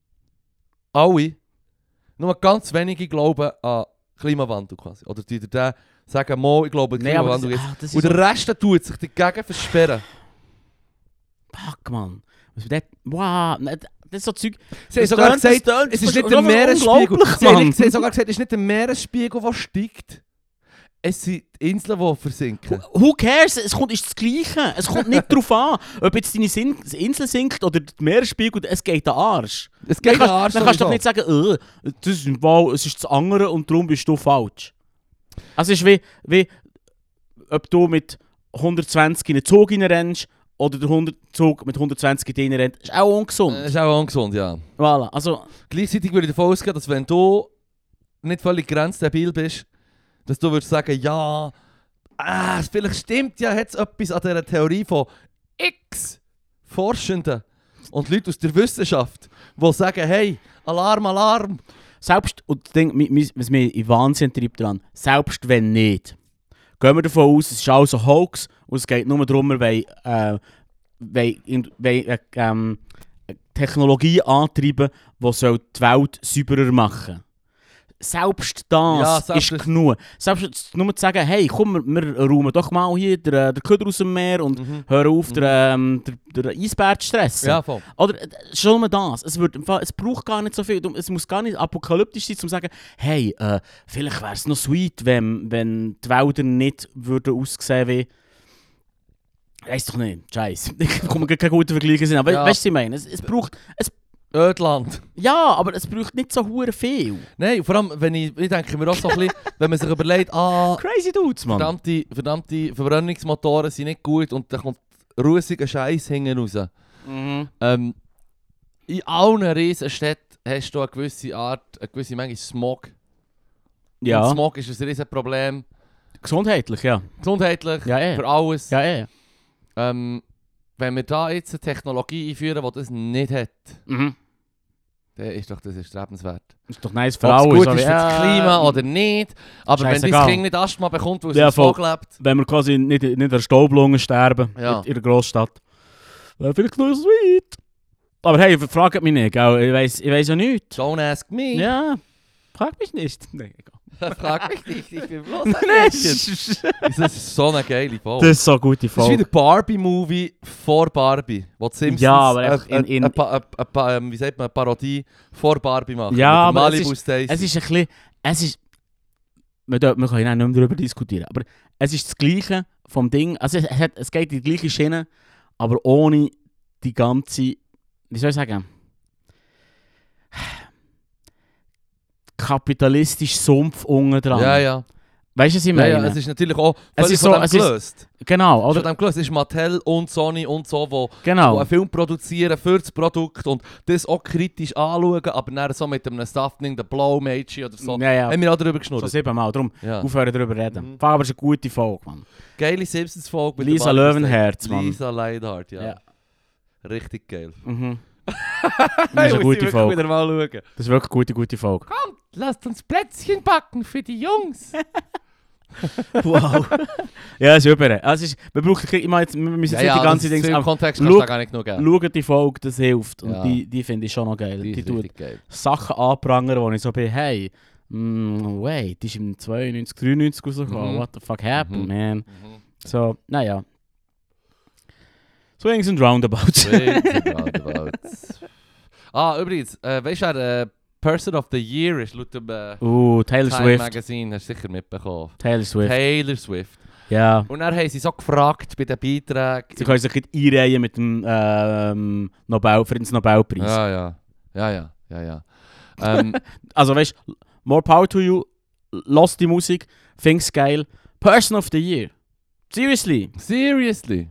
Alle. Nur ganz wenige glauben an Klimawandel quasi. Oder die da sagen, mo, ich glaube an Nee, aber das, Klimawandel jetzt. ah, das ist Und so, der Rest tut sich dagegen versperren. fuck, man. Was wir dort, wow, ne, das ist so Zeug. Sie haben Das sogar tönt- das gesagt, tönt- es das ist nicht so der Meeresspiegel. unglaublich, Sie haben, Mann. nicht, sie haben sogar gesagt, es ist nicht der Meeresspiegel, der steigt. Es sind die Inseln, die versinken. Who cares? Es kommt, ist das Gleiche. Es kommt nicht darauf an, ob jetzt deine Sin Insel sinkt oder der Meeresspiegel, es geht an den Arsch. Es Dann geht kannst, an Arsch dann kannst du doch sowieso. nicht sagen, äh, das ist ein Bau, es ist das andere und darum bist du falsch. Also es ist wie, wie ob du mit hundertzwanzig in einen Zug rennst oder der hundert Zug mit hundertzwanzig in den rennt. Das ist auch ungesund. Das ist auch ungesund, ja. Voilà. Also, Gleichzeitig würde ich davon ausgehen, dass wenn du nicht völlig grenzstabil bist, dass du würdest sagen, ja, ah, vielleicht stimmt ja jetzt etwas an dieser Theorie von X Forschenden und Leuten aus der Wissenschaft, die sagen, hey, Alarm, Alarm. selbst, und das Ding, mi- mi- was mich in Wahnsinn treibt dran, selbst wenn nicht, gehen wir davon aus, es ist alles ein Hoax und es geht nur darum, wir wollen äh, wollen, in, wollen, äh, ähm, Technologie antreiben, die soll die Welt sauberer machen soll. Selbst das Ja, selbst ist genug. Selbst nur zu sagen, hey, komm, wir, wir räumen doch mal hier den, den Köder aus dem Meer und Mhm. hören auf, Mhm. den, ähm, den, den Eisbär zu stressen. Ja, voll. Oder äh, schon mal das. Es, wird, im Fall- es braucht gar nicht so viel. Es muss gar nicht apokalyptisch sein, um zu sagen, hey, äh, vielleicht wäre es noch sweet, wenn, wenn die Wälder nicht würden aussehen wie... Weiss doch nicht, scheiße. Ich komme keine guten Vergleiche sein. Aber Ja. weißt du, was ich meine? Es, es braucht... Es, Ödland. ja, aber es braucht nicht so hure viel. Nein, vor allem, wenn ich, ich denke mir auch so ein bisschen, wenn man sich überlegt, ah, Crazy Dudes, Mann. verdammte, verdammte Verbrennungsmotoren sind nicht gut und dann kommt russiger Scheiß hinten raus. Mhm. Ähm, in allen Riesenstädten hast du eine gewisse Art, eine gewisse Menge Smog. Ja, Und Smog ist ein riesen Problem. gesundheitlich, ja. Gesundheitlich, Ja, eh. für alles. Ja, ja. Ähm, wenn wir da jetzt eine Technologie einführen, die das nicht hat, Mhm. dann ist doch das erstrebenswert. Ist doch nice für Ob es alle. gut so ist wie, für das ja, Klima oder nicht. Aber wenn Scheissegal. dein Kind nicht Asthma bekommt, weil es Ja, im Smog voll. lebt. Wenn wir quasi nicht, nicht an der Staublunge sterben, Ja. in, in der Großstadt. Wäre vielleicht noch sweet. Aber hey, fragt mich nicht, gell? Ich weiss, ich weiss ja nichts. Don't ask me. Ja, frag mich nicht. Nein, egal. Frag mich nicht, ich bin bloß Nein, ein Mädchen. Das ist so eine geile Folge. das ist so eine gute Das ist wie Folge. der Barbie-Movie vor Barbie, wo die Simpsons Ja, aber eine, einfach in- in- eine, Pa- eine, eine, Pa- ähm, wie sagt man, eine Parodie vor Barbie machen. Ja, mit dem aber es Malibu ist- Stacy. Es ist ein bisschen... Es ist... Wir, dürfen- wir können ja nicht mehr darüber diskutieren, aber es ist das Gleiche vom Ding. Also es, hat, es geht in die gleiche Schiene, aber ohne die ganze... Wie soll ich sagen? Kapitalistisch Sumpf unten dran. Ja, ja. Weißt du, was ich ja, meine? ja. Es ist natürlich auch Es völlig ist von so- dem es ist- gelöst. Genau, Von oder? dem gelöst ist Mattel und Sony und so, wo, wo Genau. einen Film produzieren für das Produkt und das auch kritisch anschauen, aber dann so mit einem Stuffing, der Blow Magic oder so. Ja, ja. Haben wir auch darüber So geschnurrt. siebenmal. Darum Ja. aufhören darüber reden. Mhm. Vor allem, aber es ist eine gute Folge, Mann. Geile Simpsons-Folge. mit Lisa der Barbie Löwenherz, Stacy. Mann. Lisa Leidhardt, ja. Ja. Richtig geil. Mhm. Das ist eine gute Folge. wieder mal schauen. Das ist wirklich eine gute, gute Folge. Lasst uns Plätzchen backen für die Jungs. Wow. Ja, es ist über. Also es ist, wir brauchen, ich meine, jetzt, wir müssen jetzt nicht die ganze Ding Im sagen. Kontext kannst du Schau- da gar nicht genug geben. Schaut die Folge, das hilft. Und Ja. die, die finde ich schon noch geil. Die Die, ist tut richtig geil. Sachen anprangern, wo ich so bin, hey, mm, wait, die ist im zweiundneunzig, dreiundneunzig rausgekommen. Mhm. What the fuck happened, Mhm. man? Mhm. So, naja. Swings and Roundabouts. Swings and roundabouts. Ah, übrigens, äh, weißt du, wer äh, Person of the Year ist laut dem äh, Uh, Taylor Time Swift. Magazine, hast du sicher mitbekommen. Taylor Swift. Taylor Swift. Ja. Und dann haben sie so gefragt bei den Beiträgen. Sie können sich nicht einreihen mit dem ähm, Nobel, Friedensnobelpreis. Ja, ja. Ja, ja. Ja, ja. ähm, Also weißt du, more power to you, lass die Musik, find's geil. Person of the Year. Seriously. seriously.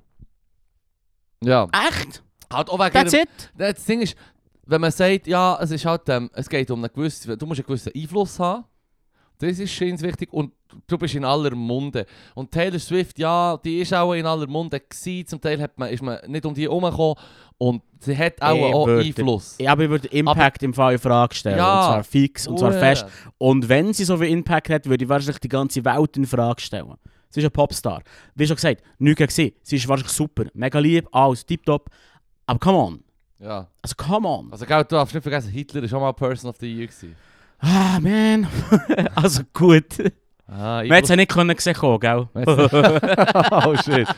Ja. Echt? Halt auch wegen That's ihrem- it? Das Ding ist, wenn man sagt, ja, es ist halt, ähm, es geht um einen gewissen, du musst einen gewissen Einfluss haben. Das ist schön wichtig und du bist in aller Munde. Und Taylor Swift, ja, die ist auch in aller Munde gewesen. Zum Teil hat man, ist man nicht um die herumgekommen und sie hat auch, Ich auch würde- Einfluss. Ja, aber ich würde Impact im Fall in Frage stellen. Ja. Und zwar fix und zwar Hure. fest. Und wenn sie so viel Impact hat, würde ich wahrscheinlich die ganze Welt in Frage stellen. Sie ist ein Popstar. Wie schon gesagt, nichts gegen sie. Sie ist wahrscheinlich super. Mega lieb, alles tipptopp. Aber come on. Ja. Also come on. Also, gell, du darfst nicht vergessen, Hitler war schon mal Person of the Year gewesen. Ah, man. Also gut. Ah, Wir hätten es ja nicht können sehen können, gell? oh shit.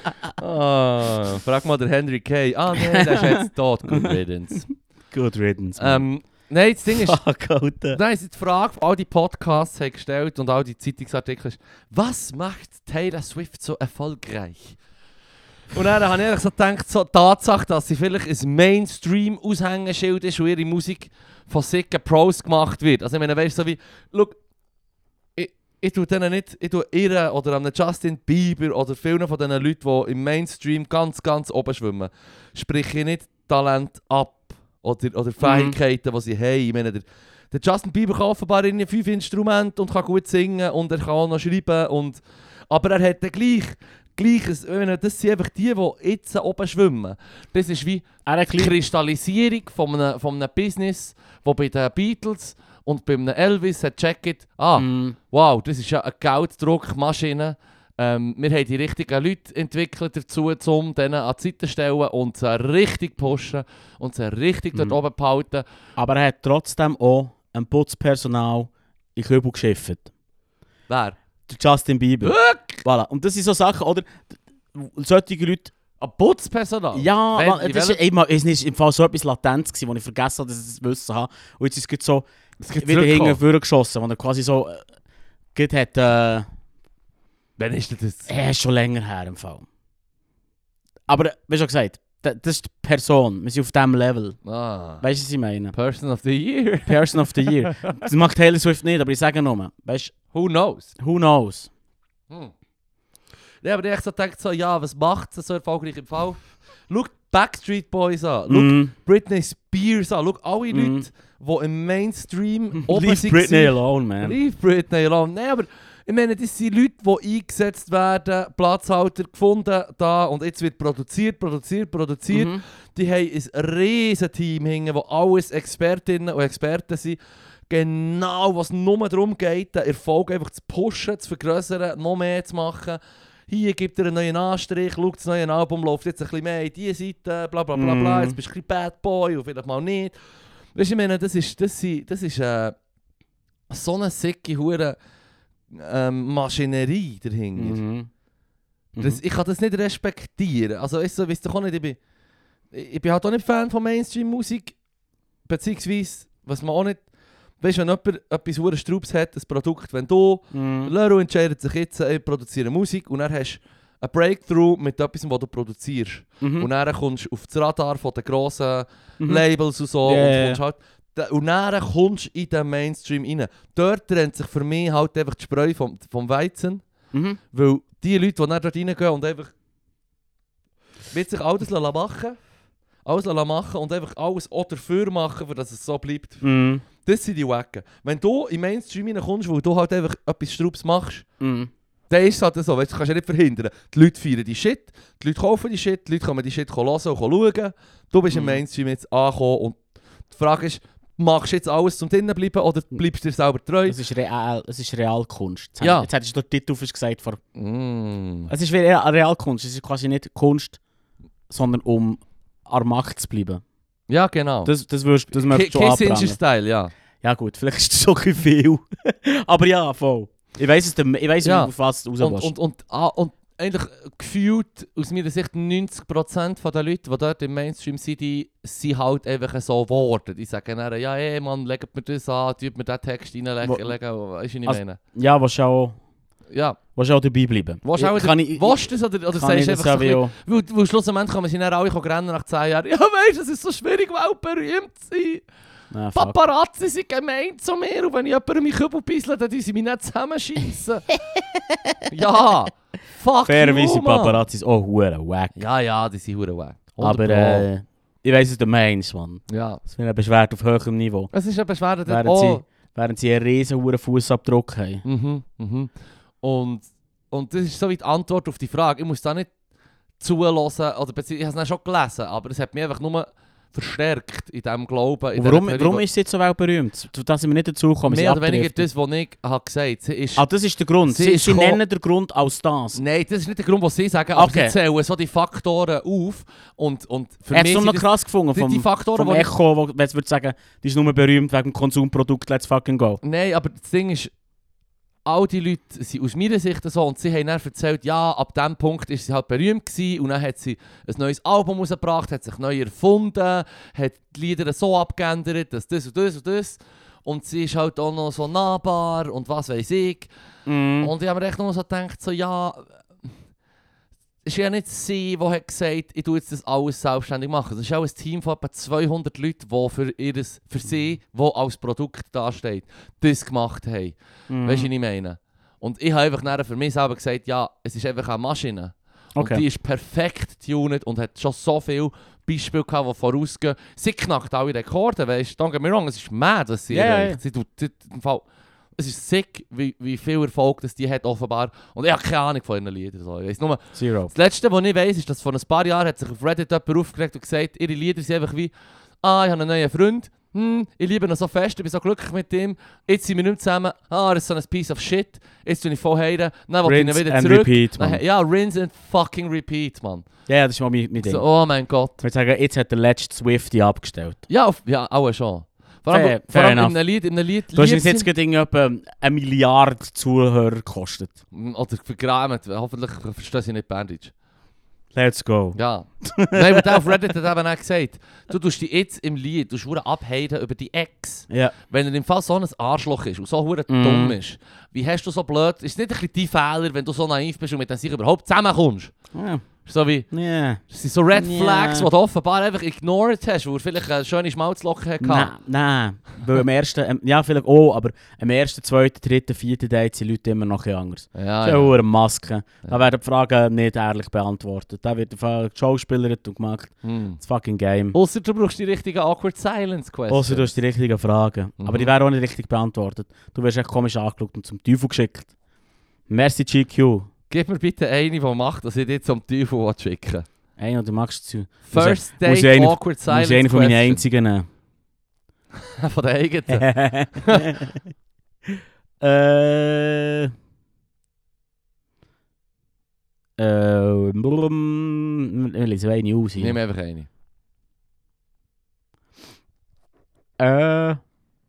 Ah, frag mal der Henry Kay. Ah nein, der ist jetzt tot. Good riddance. Good riddance. man. ähm, nein, das Ding ist, Fuck, Alter. nein, die Frage, die all die Podcasts haben gestellt und all die Zeitungsartikel ist, was macht Taylor Swift so erfolgreich? Und dann habe ich ehrlich so gedacht, so die Tatsache, dass sie vielleicht ein Mainstream-Aushängeschild ist und ihre Musik von sicken Pros gemacht wird. Also ich meine, weißt du, so wie, schau, ich, ich tue denen nicht, ich tue ihr oder einem Justin Bieber oder vielen von diesen Leuten, die im Mainstream ganz, ganz oben schwimmen, spreche ich nicht Talent ab oder, oder Fähigkeiten, die sie haben. Ich meine, der, der Justin Bieber kann offenbar in fünf Instrumente und kann gut singen und er kann auch noch schreiben. Und, aber er hat dann gleich, gleiches, ich meine, das sind einfach die, die jetzt oben schwimmen. Das ist wie Er hat die gleich- Kristallisierung von einem, von einem Business, wo bei den Beatles und bei einem Elvis hat gecheckt, ah, Mm. wow, das ist ja eine Gelddruckmaschine. Ähm, wir haben die richtigen Leute entwickelt dazu, um denen an die Seite zu stellen und sie richtig pushen und sie richtig Mhm. dort oben behalten. Aber er hat trotzdem auch ein Putzpersonal in Kübel geschifft. Wer? Der Justin Bieber. Wirklich? Voilà. Und das sind so Sachen, oder? Solche Leute... Ein Putzpersonal? Ja, Wenn- man, in das welchem- ist, ey, man, es ist im Fall so etwas Latenz gewesen, wo ich vergessen habe, dass ich das Wissen habe. Und jetzt ist es gerade so Es gibt wieder hinten zurückkommen. vorgeschossen, wo er quasi so... Äh, gerade hat... Äh, Wann ist denn das? er ist schon länger her im Fall. Aber, wie schon gesagt, da- das ist die Person. Wir sind auf diesem Level. Ah. Weißt du, was ich meine? Person of the Year? Person of the Year. Das macht Taylor Swift nicht, aber ich sage nur, weißt Who knows? du, who knows? Hm. Ja, aber ich so denkt so, ja, was macht sie so erfolgreich im Fall? Schau die Backstreet Boys an, schau Mm. Britney Spears an, schau alle Mm. Leute, die im Mainstream oben Leave sind. Britney alone, man. Leave Britney alone. Nein, aber ich meine, das sind Leute, die eingesetzt werden, Platzhalter gefunden, da und jetzt wird produziert, produziert, produziert. Mhm. Die haben ein riesen Team hinten, wo alles Expertinnen und Experten sind. Genau, was nur darum geht, den Erfolg einfach zu pushen, zu vergrößern, noch mehr zu machen. Hier gibt er einen neuen Anstrich, schau, das neue Album läuft jetzt ein bisschen mehr in diese Seite, bla bla bla bla, Mm. jetzt bist du ein bisschen Bad Boy und vielleicht mal nicht. Weißt du, ich meine, das ist, das ist, das ist äh, so eine sicke hure ähm, Maschinerie dahinter. Mhm. Das, ich kann das nicht respektieren. Also, weißt du, weißt du auch nicht, ich bin, ich bin halt auch nicht Fan von Mainstream-Musik, beziehungsweise, was man auch nicht, weißt du, wenn jemand etwas hure Straubs hat, ein Produkt, wenn du, Mhm. Leru entscheidet sich jetzt, ich produziere Musik und dann hast du ein Breakthrough mit etwas, was du produzierst. Mhm. Und dann kommst du auf das Radar von den grossen Mhm. Labels und so Ja, und ja, kommst halt, da- und dann kommst du in den Mainstream rein. Dort trennt sich für mich halt einfach die Spreu vom, vom Weizen, Mhm. weil die Leute, die dann dort reingehen und einfach wird sich alles machen lassen, alles machen und einfach alles auch dafür machen, für dass es so bleibt. Mhm. Das sind die Wacken. Wenn du im Mainstream reinkommst, weil du halt einfach etwas Straubs machst, Mhm. dann ist es halt so, weißt, du kannst ja nicht verhindern. Die Leute feiern die Shit, die Leute kaufen die Shit, die Leute können die Shit hören und schauen. Du bist im Mhm. Mainstream jetzt angekommen und die Frage ist, machst du jetzt alles zum drinnen bleiben oder bleibst du dir selber treu? Es ist real, es ist Realkunst. Jetzt, Ja. jetzt hättest du den Titel fast gesagt. Vor, Mm. es ist wie Real- Realkunst. Es ist quasi nicht Kunst, sondern um an der Macht zu bleiben. Ja, genau. Das, das, würdest, das Ki- möchtest du anprangern. Kissinger-Style, ja. Ja gut, vielleicht ist das so ein viel. Aber ja, voll. Ich weiss, es, ich weiss Ja. auf was du raus Und, willst. und, und, ah, und eigentlich gefühlt, aus meiner Sicht, neunzig Prozent der Leute, die dort im Mainstream sind, die sind halt einfach so geworden. Die sagen dann, ja, ey, Mann, legt mir das an, tut mir diesen Text reinlegen, Wo- legen, weißt du, was ich Also, meine? Ja, willst du auch, Ja. willst du auch dabei bleiben? Willst du auch kann ich, willst du das oder, oder kann ich sagst du das einfach so ein auch bisschen, weil, weil schlussendlich kann man sich dann alle rennen nach zehn Jahren, ja weisst, es ist so schwierig, weltberühmt zu sein. Nein, fuck. Paparazzi sind gemein zu mir und wenn ich jemanden mich Kübel bisselt, dann tun sie mich nicht zusammenschiessen. Ja, fuck Fairerweise you, sind Mann. Paparazzis auch hure wack. Ja, ja, die sind hure weg. Aber äh, ich weiss, was du meinst, Mann. Ja. Das wäre eine Beschwerde auf höherem Niveau. Es ist eine Beschwerde dort Während, auch. sie, während sie einen riesen hohen Fußabdruck haben. Mhm, mhm. Und, und das ist so wie die Antwort auf die Frage. Ich muss da nicht zulassen, oder bezieh- ich habe es dann schon gelesen, aber es hat mich einfach nur verstärkt in diesem Glauben. In Und warum, dieser warum Theorie, ist sie jetzt so weltberühmt? Da sind wir nicht dazu gekommen. mehr oder weniger abdriften. das, was ich habe gesagt habe. Sie ist... Ah, das ist der Grund. Sie Sie, ist sie gekommen- nennen den Grund als das. Nein, das ist nicht der Grund, was sie sagen, aber Okay. sie zählen so die Faktoren auf. Und, und für Hättest mich du sind noch das krass gefunden die, vom, die Faktoren, vom die ich- Echo, wo jetzt würde sagen, die ist nur berühmt wegen dem Konsumprodukt Let's Fucking Go. Nein, aber das Ding ist, all die Leute sind aus meiner Sicht so und sie haben dann erzählt, ja, ab diesem Punkt ist sie halt berühmt gewesen und dann hat sie ein neues Album rausgebracht, hat sich neu erfunden, hat die Lieder so abgeändert, dass das und das und das und sie ist halt auch noch so nahbar und was weiß ich. Mm. Und ich habe mir echt nur so gedacht, so, ja, es ist ja nicht sie, die hat gesagt, ich tue jetzt das alles selbstständig machen. Es ist auch ein Team von etwa zweihundert Leuten, die für, ihres, für sie, die als Produkt dasteht, das gemacht haben. Mm. Weißt du, was ich meine? Und ich habe einfach nachher für mich selber gesagt, ja, es ist einfach eine Maschine. Okay. Und die ist perfekt tuned und hat schon so viele Beispiele gehabt, die vorausgehen. Sie knackt alle Rekorde, weißt du? Don't get me wrong, es ist mad, was sie Ja, ja, erreicht. ja. Sie tut, sie, im Fall, es ist sick, wie, wie viel Erfolg das die hat offenbar. Und ich habe keine Ahnung von ihren Liedern. So. Ich weiss nur, Zero. das Letzte, was ich weiss, ist, dass vor ein paar Jahren hat sich auf Reddit jemand aufgeregt und gesagt, ihre Lieder sind einfach wie ah, ich habe einen neuen Freund, hm, ich liebe ihn so fest, ich bin so glücklich mit ihm, jetzt sind wir nicht mehr zusammen, ah, das ist so ein Piece of shit, jetzt tue ich voll heilen, dann will ich ihn Rinse wieder and zurück. repeat, Dann, man. ja, rinse and fucking repeat, man. Ja, ja, das ist mal mein, mein Ding. So, oh mein Gott. Ich würde sagen, jetzt hat der letzte Swiftie abgestellt. Ja, auf, ja, auch schon. Vor allem, Fair- vor fair allem in enough. einem Lied, in einem Lied Du hast lieb uns jetzt sind- gerade irgendwie etwa eine Milliarde Zuhörer gekostet. Oder vergraben, hoffentlich verstehen sie nicht Bandage. Let's go. Ja. Nein, aber der auf Reddit hat eben auch gesagt, du tust dich jetzt im Lied, du schwuren abheiden über die Ex. Ja. Wenn er im Fall so ein Arschloch ist und so hure Mhm. dumm ist, wie hast du so blöd, ist es nicht ein bisschen dein Fehler, wenn du so naiv bist und mit dem sich überhaupt zusammenkommst? Ja. So wie, Ja. das sind so Red Ja. Flags, die du offenbar einfach ignored hast, wo er vielleicht eine schöne Schmalzlocke hatte. Nein, nein. Weil am ersten, ähm, ja vielleicht auch, aber am ersten, zweiten, dritten, vierten Date sind Leute immer noch ein anders. Ja, Das ja. ist eine Maske. Da werden die Fragen nicht ehrlich beantwortet. Da wird einfach geschauspielert und gemacht. Hm. Das fucking Game. Ausser du brauchst die richtigen Awkward Silence Questions. Außer du hast die richtigen Fragen. Mhm. Aber die werden auch nicht richtig beantwortet. Du wirst echt komisch angeschaut und zum Teufel geschickt. Merci G Q. Gib mir bitte eine, die macht, dass ich dich zum Teufel schicken will. Einer, du magst zu. First muss Date ich eine- Awkward Du Silence musst einen von meinen Question. einzigen nehmen. Von der eigenen. äh. Äh. blum, Wir lesen eine aus. Nimm einfach eine. Äh.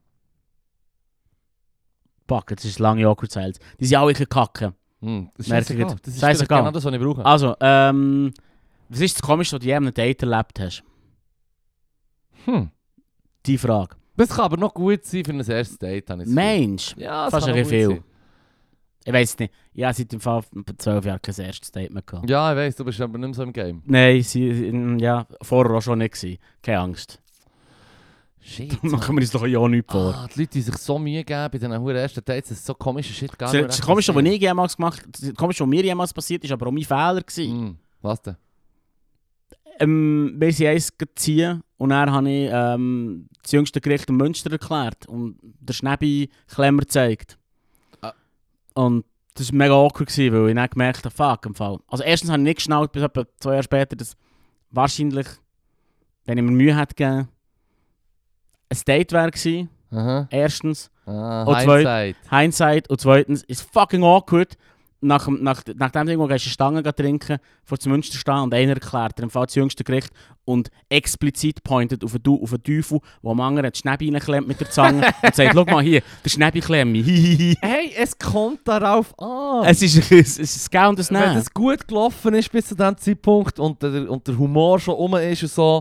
Fuck, jetzt ist es lange awkward Silence. Die sind alle ein bisschen kacke. Hm, das ist Merke ich scheißegal. jetzt. Das ist Scheißegal. vielleicht genau das, was ich brauche. Also, ähm. Was ist das Komischste, was du je an einem Date erlebt hast? Hm. Die Frage. Das kann aber noch gut sein für ein erstes Date. habe ich das Gefühl. Mensch. Ja, das Fast kann ein noch bisschen gut viel. Ich weiß es nicht. Ja, seit dem Fall von zwölf Jahren kein erstes Date mehr gehabt. sein. Ja, ich weiss, du bist aber nicht mehr so im Game. Nein, sie, sie- ja, vorher auch schon nicht gewesen. Keine Angst. Shit. Machen wir uns doch ja nichts vor. Ah, die Leute, die sich so Mühe geben bei diesen huren ersten Dates, das ist so komischer Shit gar Das, nicht das Komische, was ich jemals gemacht habe, das Komische, was mir jemals passiert ist, aber auch mein Fehler gewesen. Hm. Was denn? Ähm, wir sind eins ziehen und dann habe ich ähm, das jüngste Gericht in Münster erklärt und der Schnäbi Klemmer gezeigt. Ah. Und das war mega awkward, gewesen, weil ich dann gemerkt habe, fuck, im Fall. Also erstens habe ich nicht geschnallt, bis etwa zwei Jahre später, dass wahrscheinlich, wenn ich mir Mühe hätte gegeben, ein Date wäre gewesen. Aha. Erstens. Ah, Und zwei- Hindsight. Hindsight. Und zweitens ist fucking awkward. Nach, dem- nach, nach dem Ding, wo du eine Stange gehen trinken, vor dem Münster stehen und einer erklärt dir im Fall das jüngste Gericht und explizit pointet auf einen, Du- auf einen Teufel, der am anderen die Schnäbi reinklemmt mit der Zange und sagt, schau mal hier, der Schnäbi klemmt mich. Hihihi. Hey, es kommt darauf an. Es ist, es ist ein Gau und ein Wenn Nein. es gut gelaufen ist bis zu diesem Zeitpunkt und der, und der Humor schon rum ist und so,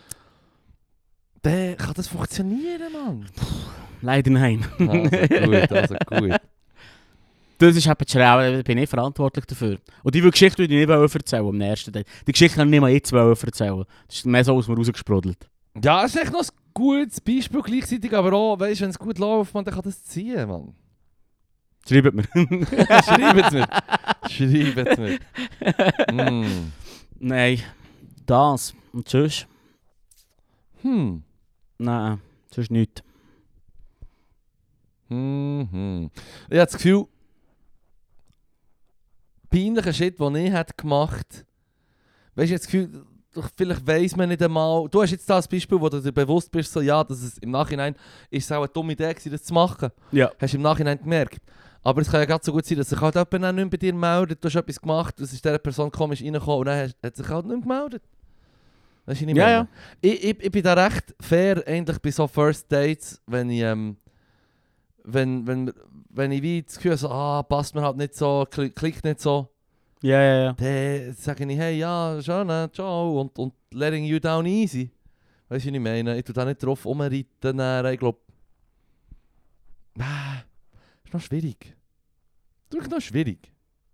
dann kann das funktionieren, Mann. Leider nein. Also gut, also gut. Das ist eben schräg, da bin ich verantwortlich dafür. Und die Geschichte würde ich nicht erzählen am ersten Tag. Die Geschichte kann ich nicht mal jetzt erzählen. Das ist mehr so aus mir rausgesprudelt. Ja, es ist echt noch ein gutes Beispiel gleichzeitig, aber auch, weißt, wenn es gut läuft, man, dann kann das ziehen, Mann. Schreibt mir. Schreibt es mir. Schreibt es mir. Mm. Nein, das. Und sonst? Hm. Nein, sonst nichts. Mhm. Ich habe das Gefühl, peinlicher Shit, den ich hätte gemacht, weißt du, das Gefühl, vielleicht weiss man nicht einmal, du hast jetzt das Beispiel, wo du dir bewusst bist, so, ja, dass es im Nachhinein ist es auch eine dumme Idee gewesen, das zu machen. Ja. Hast du im Nachhinein gemerkt. Aber es kann ja gerade so gut sein, dass sich halt jemand auch nicht mehr bei dir meldet, du hast etwas gemacht, es ist dieser Person komisch reingekommen und dann hast- hat sich halt nicht mehr gemeldet. Weißt du, was ich Ja, meine? ja. Ich, ich, ich bin da recht fair eigentlich bei so First Dates, wenn ich, ähm, wenn, wenn, wenn ich wie das Gefühl habe, so, ah, passt mir halt nicht so, kli- klickt nicht so, Ja, ja, ja. dann sage ich, hey, ja, schön, äh, ciao, und, und letting you down easy. Weißt du, was ich meine? Ich tue da nicht drauf rumreiten, dann, ich glaube, ah, ist noch schwierig. Das ist noch schwierig.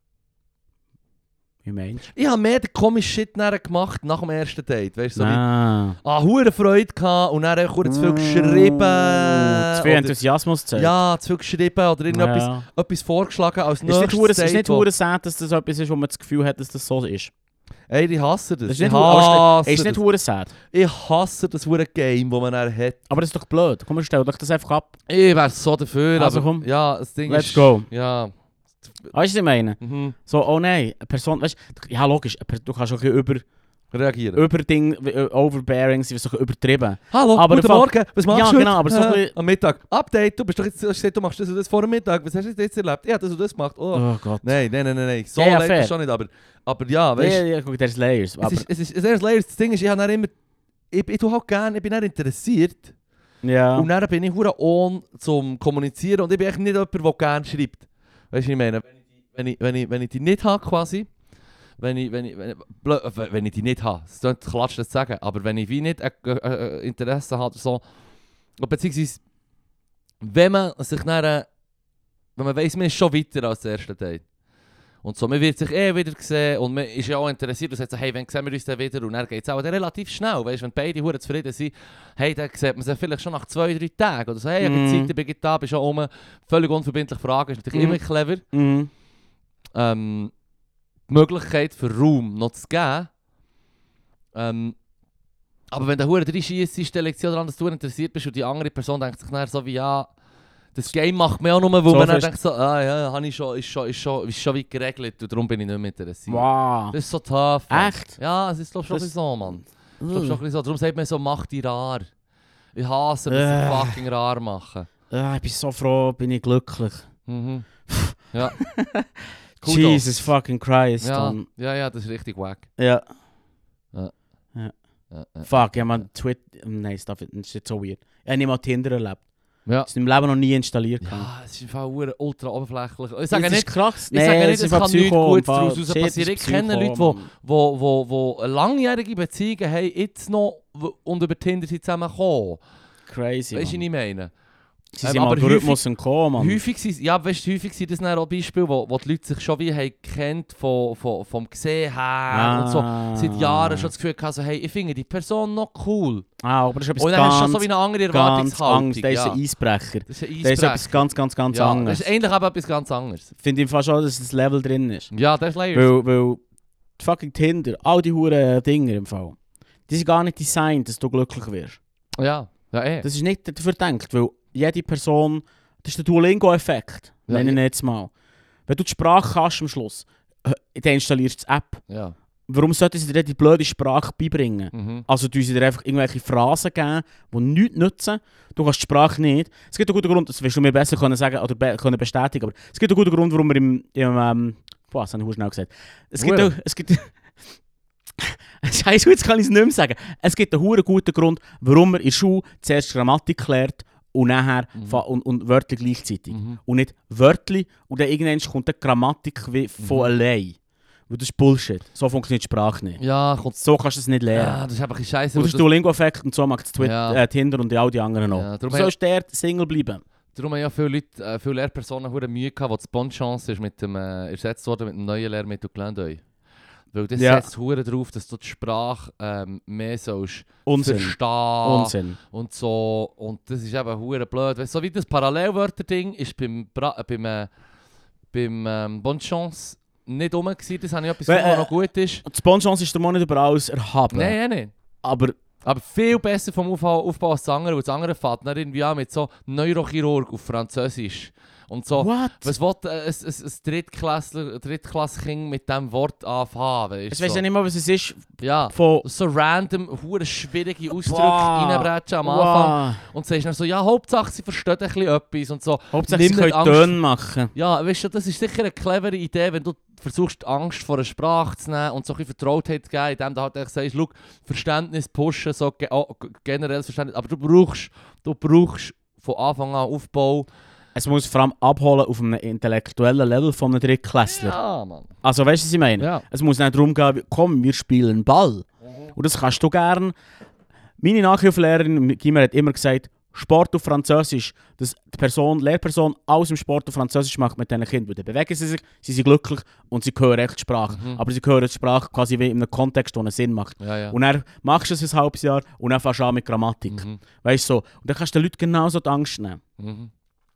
Wie meinst Ich habe mehr den komischen Shit nachher gemacht nach dem ersten Date, weißt du, du? so wie, Ah. ah, hure Freude gehabt und dann einfach hure zu viel geschrieben. Zu viel oder- Enthusiasmus gezeigt. Ja, zu viel geschrieben oder irgendetwas Ja. etwas vorgeschlagen als Ist nicht nächstes hure- ist Date, nicht wo- hure sad, dass das etwas ist, wo man das Gefühl hat, dass das so ist. Ey, ich hasse das. Das ist ich nicht, hu- aber hasse ist nicht das. hure sad. Ich hasse das hure Game, das man dann hat. Aber das ist doch blöd. Komm, stell doch das einfach ab. Ich wäre so dafür, Also aber komm. ja, das Ding Let's ist... go. Ja. Weißt du, was ich meine? Mhm. So, oh nein, eine Person, weißt du, ja logisch, eine Per- du kannst auch ein bisschen über reagieren. Überding, overbearing, sie sind übertrieben. Hallo, aber guten Fall, Morgen, was machst ja, du heute? genau, aber so ein bisschen, am Mittag. Update, du bist doch jetzt, du hast gesagt, du machst das und das vor dem Mittag. Was hast du jetzt erlebt? Ja, das und das gemacht. Oh. oh Gott. Nein, nein, nein, nein, nein. So Ja, ja, leid fair. ist schon nicht, aber, aber ja, weißt Ja, du. ja, guck, there's layers. Es Aber, ist, es ist sehr Layers. Das Ding ist, ich habe dann immer, ich, ich tue halt gerne, ich bin dann interessiert. ja. Und dann bin ich hure on zum Kommunizieren und ich bin echt nicht jemand, der gerne schreibt. Weißt du, was ich meine? Wenn ich, wenn ich, wenn ich die nicht habe quasi, wenn ich, wenn ich, wenn ich, blö, wenn ich die nicht habe, das klingt klatsch das zu sagen, aber wenn ich wie nicht äh, äh, Interesse habe, so, beziehungsweise, wenn man sich dann, äh, wenn man weiss, man ist schon weiter als der erste Teil. Und so, man wird sich eh wieder sehen und man ist ja auch interessiert und sagt so, hey, wann sehen wir uns dann wieder? Und dann geht es auch dann relativ schnell, weißt, wenn beide hure zufrieden sind, hey, dann sieht man sich vielleicht schon nach zwei, drei Tagen oder so, hey, ich habe Mhm. Zeit, ich bin jetzt da, bin schon um, völlig unverbindlich fragen, ist natürlich Mhm. immer clever. Mhm. Ähm, die Möglichkeit für Raum noch zu geben. Ähm, aber wenn du hure reinschießt, ist die Lektion daran, dass du interessiert bist und die andere Person denkt sich dann so wie, ja, das Game macht mir auch nur, weil So man dann fest- denkt so, ah ja, habe ich schon, ist schon, ist schon, ist schon weit geregelt und darum bin ich nicht mehr interessiert. Wow. Das ist so tough. Mann. Echt? Ja, es ist glaub, schon Das- ein bisschen so, Mann. Ich glaub, schon ein Uh. bisschen so. Darum sagt man so, mach die rar. Ich hasse, dass Äh. sie fucking rar machen. Ah, ich bin so froh, bin ich glücklich. Mhm. Ja. Kudos. Jesus fucking Christ, Ja, Mann. ja, ja, das ist richtig wack. Ja. Ja, ja. Fuck, ja man, Twitter... Nein, das darf ich- das ist jetzt so weird. Ich habe nicht mal Tinder erlebt. Ja. Das ist im Leben noch nie installiert. Ja, es ist im Fall hure ultra oberflächlich. Ich Das sage ist nicht, krass. ich sage nicht, es kann nichts Gutes Fall. daraus Shit, passieren. ist Ich kenne Psycho, Leute, die Mann. wo, wo, wo eine langjährige Beziehungen haben, jetzt noch w- und über Tinder sind zusammengekommen. Crazy, Weißt du, was Mann. ich meine? Sie Ähm, sind im aber Algorithmus gekommen, Mann. Häufig sind, ja, weißt, häufig sind das dann auch Beispiele, wo, wo die Leute sich schon wie haben kennt von, von, vom Gesehen her und so. Seit Jahren schon das Gefühl gehabt, so, hey, ich finde die Person noch cool. Ah, aber das ist etwas Und dann hast du schon ganz, so wie eine andere ganz Erwartungshaltung. Angst. Das ist ja. ein Eisbrecher. Das ist ein Das ist Eisbrecher. etwas ganz, ganz, ganz ja, anderes. Das ist eigentlich aber etwas ganz anderes. Finde ich fast schon, dass das Level drin ist. Ja, das ist Layers. Weil, weil die fucking Tinder, all die huren Dinger im Fall, die sind gar nicht designt, dass du glücklich wirst. Ja, ja eh. Das ist nicht dafür gedacht, weil jede Person, das ist der Duolingo-Effekt, Ja, nenne ich ja. ihn jetzt mal. Wenn du die Sprache kannst am Schluss, äh, dann installierst du die App. Ja. Warum sollten sie dir die blöde Sprache beibringen? Mhm. Also du sie dir einfach irgendwelche Phrasen geben, die nichts nützen. Du kannst die Sprache nicht. Es gibt einen guten Grund, das wirst du mir besser können sagen oder be können bestätigen, aber es gibt einen guten Grund, warum wir im... im ähm, boah, das habe ich schnell gesagt. Es gibt... Hure. Auch, es gibt Scheiße, jetzt kann ich es nicht mehr sagen. Es gibt einen hure guten Grund, warum man in der Schule zuerst Grammatik klärt und nachher Mhm. fa- und, und Wörter gleichzeitig. Mhm. Und nicht Wörter und dann irgendwann kommt die Grammatik wie von Mhm. allein. Weil das ist Bullshit. So funktioniert die Sprache nicht. Ja, kommt. So kannst du es nicht lernen. Ja, das ist einfach ein Scheiße. Und das ist Duolingo-Effekt und so macht es Twitter, Ja. äh, Tinder und all die anderen auch. Ja, du darum sollst der Single bleiben. Darum haben ja viele Leute, äh, viele Lehrpersonen hure Mühe gehabt, wo die Bonne-Chance ist mit dem, äh, ersetzt worden mit dem neuen Lehrmittel Glendeu. Weil das Ja. setzt hure drauf, dass du die Sprache ähm, mehr sollst Unsinn. verstehen Unsinn. und so. Und das ist eben hure blöd. Weißt, so wie das Parallelwörter-Ding ist beim, Bra äh, beim, äh, beim ähm, Bonne Chance nicht rum gewesen. Das habe ich etwas Weil, gefunden, was äh, noch gut ist. Die Sponsor ist der Mann nicht über alles erhaben. Nein, ja nicht. Aber Aber viel besser vom Aufbau, Aufbau als das andere, weil das andere fährt dann irgendwie an mit so Neurochirurg auf Französisch. Und so, what? was will äh, ein, ein, ein Drittklässler, Drittklass-Kind mit diesem Wort anfangen? Weißt, Ich weiß so. ja nicht mal, was es ist. Ja, Von... so random, hure schwierige Ausdrücke Wow. reinbrechen am Anfang. Wow. Und sagst dann so, ja, Hauptsache sie verstehen ein bisschen etwas und so. Hauptsache, sie Nimm können nicht Angst. Töne machen. Ja, weißt du, das ist sicher eine clevere Idee, wenn du versuchst, die Angst vor einer Sprache zu nehmen und so ein bisschen Vertrautheit zu geben, indem du halt echt sagst, schau, Verständnis pushen, so ge oh, generelles Verständnis, aber du brauchst, du brauchst von Anfang an Aufbau. Es muss vor allem abholen auf einem intellektuellen Level von einem Drittklässler. Ja, Mann. Also weißt du, was ich meine? Ja. Es muss nicht darum gehen, komm, wir spielen Ball. Und das kannst du gern. Meine Nachhilfelehrerin Gimmer hat immer gesagt, Sport auf Französisch, dass die Person, Lehrperson alles im Sport auf Französisch macht mit diesen Kindern. Dann bewegen sie sich, sie sind glücklich und sie hören echt die Sprache. Mhm. Aber sie hören die Sprache quasi wie in einem Kontext, der einen Sinn macht. Ja, ja. Und dann machst du es ein halbes Jahr und dann fängst du an mit Grammatik. Mhm. Weißt du so? Und dann kannst du den Leuten genauso die Angst nehmen. Mhm.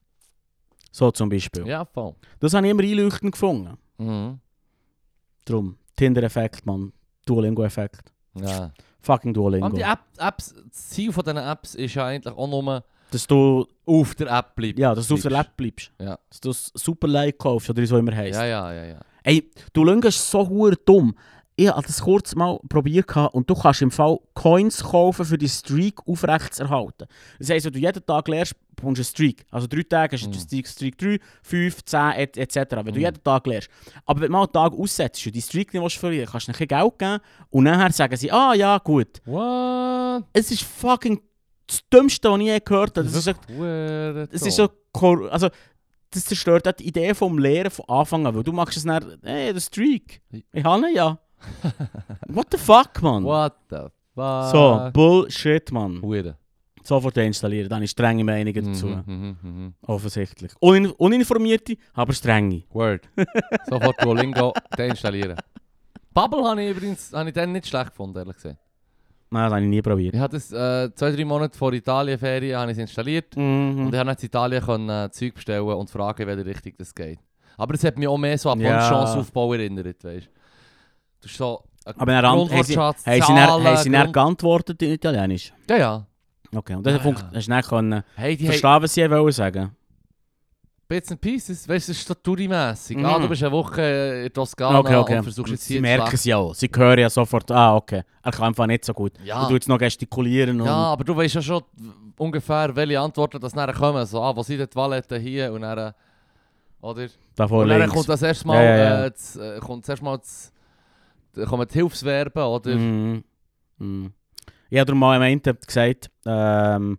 So zum Beispiel. Ja, voll. Das habe ich immer einleuchtend gefunden. Mhm. Drum, Tinder-Effekt, Mann. Duolingo-Effekt. Ja. Fucking Duolingo. Und die App, Apps, das Ziel von diesen Apps ist ja eigentlich auch nur Dass du, auf der App bleibst. ja, dass du auf der App bleibst. Ja. Dass du das super Like kaufst oder wie es auch immer heisst. Ja, ja, ja, ja. Ey, Duolingo ist so hure dumm. ich habe das kurz mal probiert und du kannst im Fall Coins kaufen, für die Streak aufrechtzuerhalten. Das heisst, wenn du jeden Tag lernst, bekommst du einen Streak. Also drei Tage hast du mm. Streak, Streak drei, fünf, zehn et cetera. Wenn mm. du jeden Tag lernst. Aber wenn du mal einen Tag aussetzt und die Streak nicht verlieren, kannst du ihnen Geld geben und nachher sagen sie, ah ja, gut. What? Es ist fucking das Dümmste, was ich je gehört habe. Das, das ist so... Es ist so... Also, das zerstört auch die Idee vom Lehren von Anfang an, weil du machst es dann, hey, der Streak. Ich habe ihn ja. What the fuck, man? What the fuck? So, Bullshit, man. Weird. Sofort deinstallieren, dann ist strenge Meinungen dazu. Mhm, mhm, mhm. Offensichtlich. Unin uninformierte, aber strenge. Word. Sofort Duolingo deinstallieren. Bubble habe ich übrigens habe ich dann nicht schlecht gefunden, ehrlich gesagt. Nein, das habe ich nie probiert. Ich hatte es äh, zwei, drei Monate vor Italien-Ferien habe ich es installiert. Mhm. Und ich habe in Italien können, äh, Zeug bestellen und fragen, in welche Richtung das geht. Aber es hat mich auch mehr so an Ja. Chanceaufbau erinnert, weißt du. Du hast so Aber dann haben sie, haben sie, dann, haben sie dann geantwortet in Italienisch? Ja, ja. Okay, und das Ja, Punkt, ja. hast du dann können Hey, die verstehen, was sie wollen sagen? Bits and Pieces, weißt du, das ist so tourimässig. Mhm. Ah, du bist eine Woche in Toskana Okay, okay. und versuchst jetzt Sie hier merken zu es ja auch. Sie hören ja sofort, ah, okay. Er kann einfach nicht so gut. Ja. Du tust jetzt noch gestikulieren und... Ja, aber du weißt ja schon ungefähr, welche Antworten das nachher kommen. So, ah, wo sind die Toiletten hier? Und dann, oder? Davor und dann links. kommt das erste Mal, Ja, ja, ja. Äh, das, äh, kommt das erste Mal das, da kommen die Hilfsverben, oder? Mhm. Mhm. Ich habe dir mal am Ende gesagt, ähm...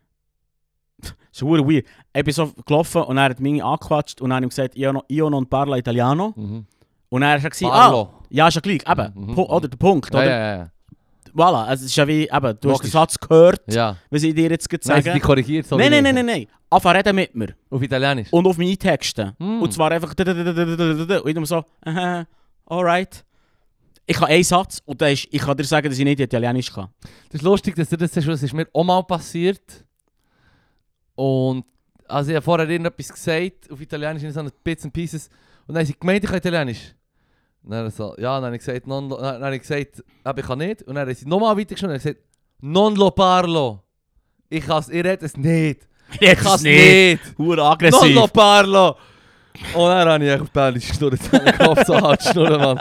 Das ist verdammt weird. Ich bin so gelaufen und er hat mich angequatscht und dann habe ich gesagt, io, no, io non parlo italiano. Mhm. Und dann hat er gesagt, Parlo. ah, ja, ist ja gleich, eben, Mhm. Pu- oder der Punkt, Ja, oder? ja, ja. Voilà, also es ist ja wie, eben, du hast den Logisch. Satz gehört, Ja. was ich dir jetzt gerade Nein, sie sage. die korrigiert so Nein, wie nein, ich. nein, nein, nein. Anfang reden mit mir. Auf Italienisch? Und auf mich texten. Mm. Und zwar einfach und ich dann so, aha, alright. Ich habe einen Satz und ist, ich kann dir sagen, dass ich nicht Italienisch kann. Das ist lustig, dass du das sagst, das ist mir auch mal passiert. Und also ich habe vorher irgendetwas gesagt, auf Italienisch, in so einem Bits and Pieces. Und dann haben sie gemeint, ich kann Italienisch. Und dann so, ja, dann habe ich gesagt, non lo, dann habe ich gesagt, aber ich kann nicht. Und dann haben sie nochmal weitergeschaut und gesagt, non lo parlo. Ich kann es, ich rede es nicht. Ich kann es nicht. Hure Non aggressiv. lo parlo. Und dann habe ich echt auf Bernisch geschnurrt, den Kopf so hart schnurren, Mann.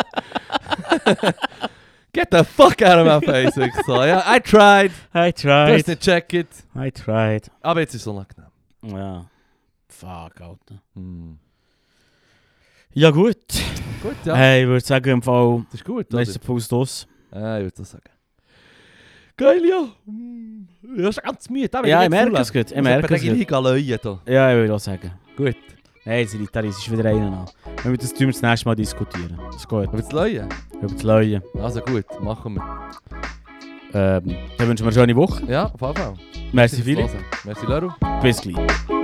Get the fuck out of my face. Ich so, ja, I tried. I Du hast tried. nicht checket. I tried. Aber jetzt ist es unangenehm. Ja. Fuck, Alter. Hm. Ja gut. Gut, ja. Hey, ich würde sagen, im Fall, Das ist gut, oder? nächster Post aus. Ja, ich würde das sagen. Geil, ja. Hm. Ja, ist ganz müde. Da bin Ja, ich nicht merke voll. es gut. Ich muss merke etwa es gleich gut. leuen da. Ja, ich würde auch sagen. Gut. Nein, es ist ist wieder einer an. Wenn wir das tun wir das nächste Mal diskutieren. Ist gut. Aber jetzt leuen? Über das Leuen. Also gut, machen wir. Ähm, dann wünschen wir eine schöne Woche. Ja, auf jeden Fall. Merci, Philipp. Merci, Leru. Bis gleich.